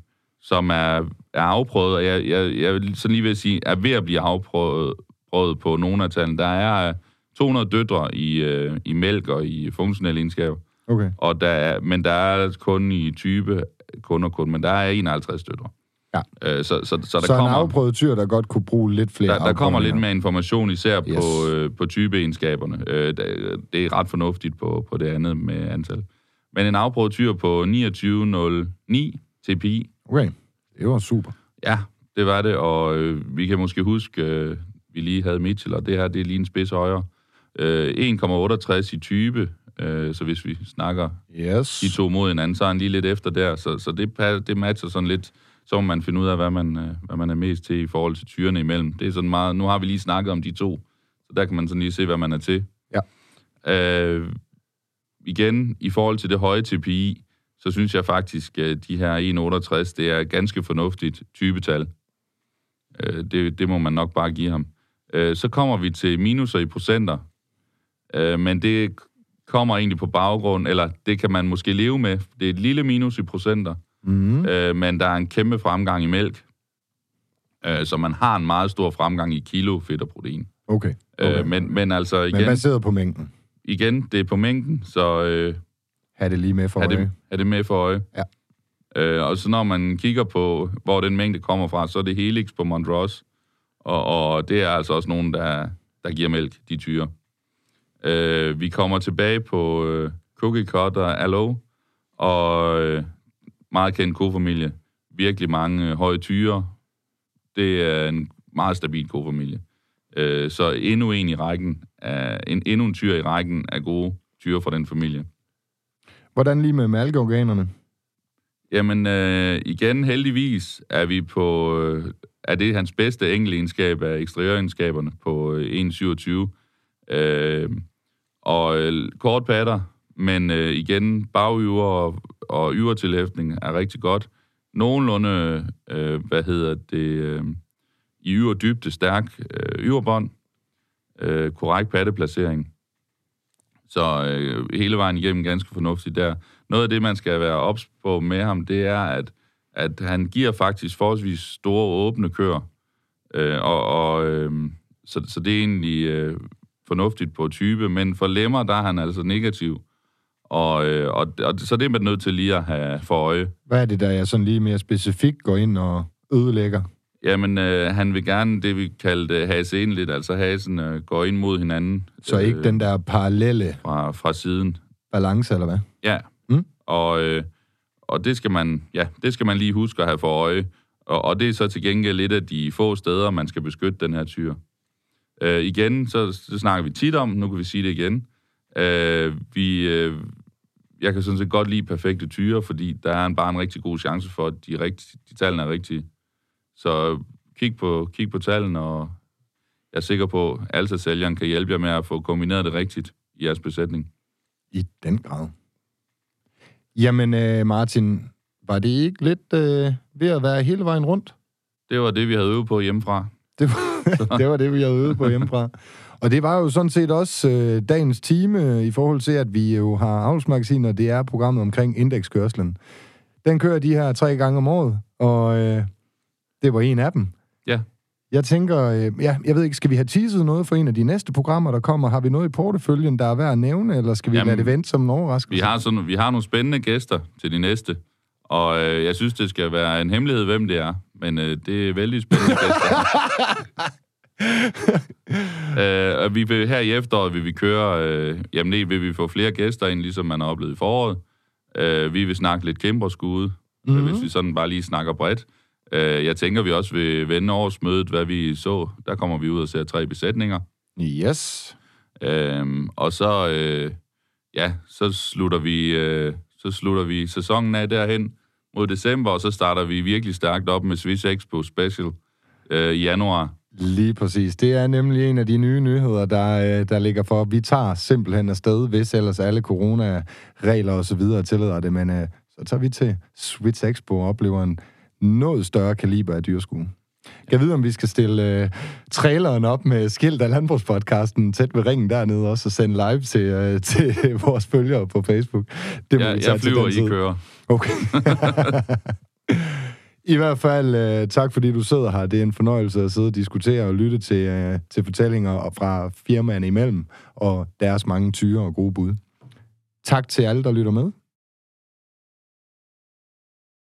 som er, er afprøvet, og jeg, jeg, jeg vil sådan lige vil sige, er ved at blive afprøvet prøvet på nogle af tallene. Der er to hundrede døtre i, øh, i mælk og i funktionelle egenskaber. Okay. Og der er, men der er kun i type, kun og kun, men der er enoghalvtreds døtre. Ja. Øh, så, så, så, der så kommer, en afprøvet tyr, der godt kunne bruge lidt flere Der, der kommer lidt mere information, især yes. på, øh, på typeegenskaberne. Øh, det er ret fornuftigt på, på det andet med antal. Men en afprøvet tyr på niogtyve nul ni T P I. Okay, det var super. Ja, det var det, og øh, vi kan måske huske, øh, vi lige havde Mitchell, og det her, det er lige en spids højere. Øh, en komma otteogtres i type, øh, så hvis vi snakker yes. de to mod hinanden, så er han lige lidt efter der, så, så det, det matcher sådan lidt, så må man finde ud af, hvad man, øh, hvad man er mest til i forhold til tyrene imellem. Det er sådan meget, nu har vi lige snakket om de to, så der kan man sådan lige se, hvad man er til. Ja. Øh, igen, i forhold til det høje T P I, så synes jeg faktisk, at de her en komma otteogtres, det er ganske fornuftigt typetal. Øh, det, det må man nok bare give ham. Øh, så kommer vi til minuser i procenter, øh, men det kommer egentlig på baggrund, eller det kan man måske leve med. Det er et lille minus i procenter, mm-hmm. øh, men der er en kæmpe fremgang i mælk, øh, så man har en meget stor fremgang i kilo fedt og protein. Okay. okay. Øh, men, men altså igen... Men baseret på mængden? Igen, det er på mængden, så... Øh, have det lige med for øje. Det, have det med for øje. Ja. Øh, og så når man kigger på, hvor den mængde kommer fra, så er det Helix på Montrose, og, og det er altså også nogen, der, der giver mælk, de tyre. Øh, vi kommer tilbage på øh, Cookie Cut og Alo, og øh, meget kendt kofamilie. Virkelig mange øh, høje tyre. Det er en meget stabil kofamilie. Øh, så endnu en i rækken, af, en, endnu en tyre i rækken af gode tyre fra den familie. Hvordan lige med mælkeorganerne? Jamen, øh, igen, heldigvis er vi på... Øh, er det hans bedste enkeltegenskab af eksteriøregenskaberne på øh, en komma syvogtyve. Øh, og øh, kort patter, men øh, igen, bagyver og, og yvertilhæftning er rigtig godt. Nogenlunde, øh, hvad hedder det, øh, i yverdybde stærk øh, yverbånd. Øh, korrekt patteplacering. Så øh, hele vejen igennem ganske fornuftigt der. Noget af det, man skal være ops på med ham, det er, at, at han giver faktisk forholdsvis store åbne køer. Øh, og, og, øh, så, så det er egentlig øh, fornuftigt på type, men for lemmer, der er han altså negativ. Og, øh, og, og så det er man nødt til lige at have for øje. Hvad er det, der jeg sådan lige mere specifikt går ind og ødelægger? Jamen, øh, han vil gerne det, vi kaldte hasen lidt, altså hasen øh, går ind mod hinanden. Så ikke øh, den der parallelle... Fra, fra siden. Balance, eller hvad? Ja, mm? og, øh, og det, skal man, ja, det skal man lige huske at have for øje. Og, og det er så til gengæld lidt af de få steder, man skal beskytte den her tyr. Øh, igen, så, så snakker vi tit om, nu kan vi sige det igen. Øh, vi, øh, jeg kan sådan set godt lide perfekte tyre, fordi der er en, bare en rigtig god chance for, at de, rigtige, de tallene er rigtige. Så kig på, kig på tallene, og jeg er sikker på, at Alta-sælgeren kan hjælpe jer med at få kombineret det rigtigt i jeres besætning. I den grad. Jamen, øh, Martin, var det ikke lidt øh, ved at være hele vejen rundt? Det var det, vi havde øvet på hjemmefra. Det var det, var det vi havde øvet på hjemmefra. Og det var jo sådan set også øh, dagens time i forhold til, at vi jo har Avlsmagasinet, og det er programmet omkring indekskørslen. Den kører de her tre gange om året, og øh, det var en af dem. Ja. Jeg tænker, øh, ja, jeg ved ikke, skal vi have teaset noget for en af de næste programmer, der kommer? Har vi noget i porteføljen, der er værd at nævne, eller skal vi Jamen, lade det vente som en overraskelse? Vi har, sådan, vi har nogle spændende gæster til de næste, og øh, jeg synes, det skal være en hemmelighed, hvem det er, men øh, det er vældig spændende gæster. øh, og vi vil, her i efteråret vil vi køre, øh, jamen det vil vi få flere gæster ind, ligesom man har oplevet i foråret. Øh, vi vil snakke lidt kæmperskude, mm-hmm. hvis vi sådan bare lige snakker bredt. Øh, jeg tænker, vi også vil vende årsmødet, hvad vi så. Der kommer vi ud og ser tre besætninger. Yes. Øh, og så, øh, ja, så slutter vi, øh, så slutter vi sæsonen af derhen mod december, og så starter vi virkelig stærkt op med Swiss Expo Special øh, i januar. Lige præcis. Det er nemlig en af de nye nyheder, der, der ligger for. Vi tager simpelthen afsted, hvis ellers alle coronaregler og så videre tillader det, men uh, så tager vi til Swiss Expo og oplever en noget større kaliber af dyrskue. Jeg ved, om vi skal stille uh, traileren op med skilt af Landbrugspodcasten tæt ved ringen dernede også, og sende live til, uh, til vores følgere på Facebook. Det må ja, jeg flyver, I kører. Okay. I hvert fald uh, tak, fordi du sidder her. Det er en fornøjelse at sidde og diskutere og lytte til, uh, til fortællinger fra firmaerne imellem, og deres mange tyre og gode bud. Tak til alle, der lytter med.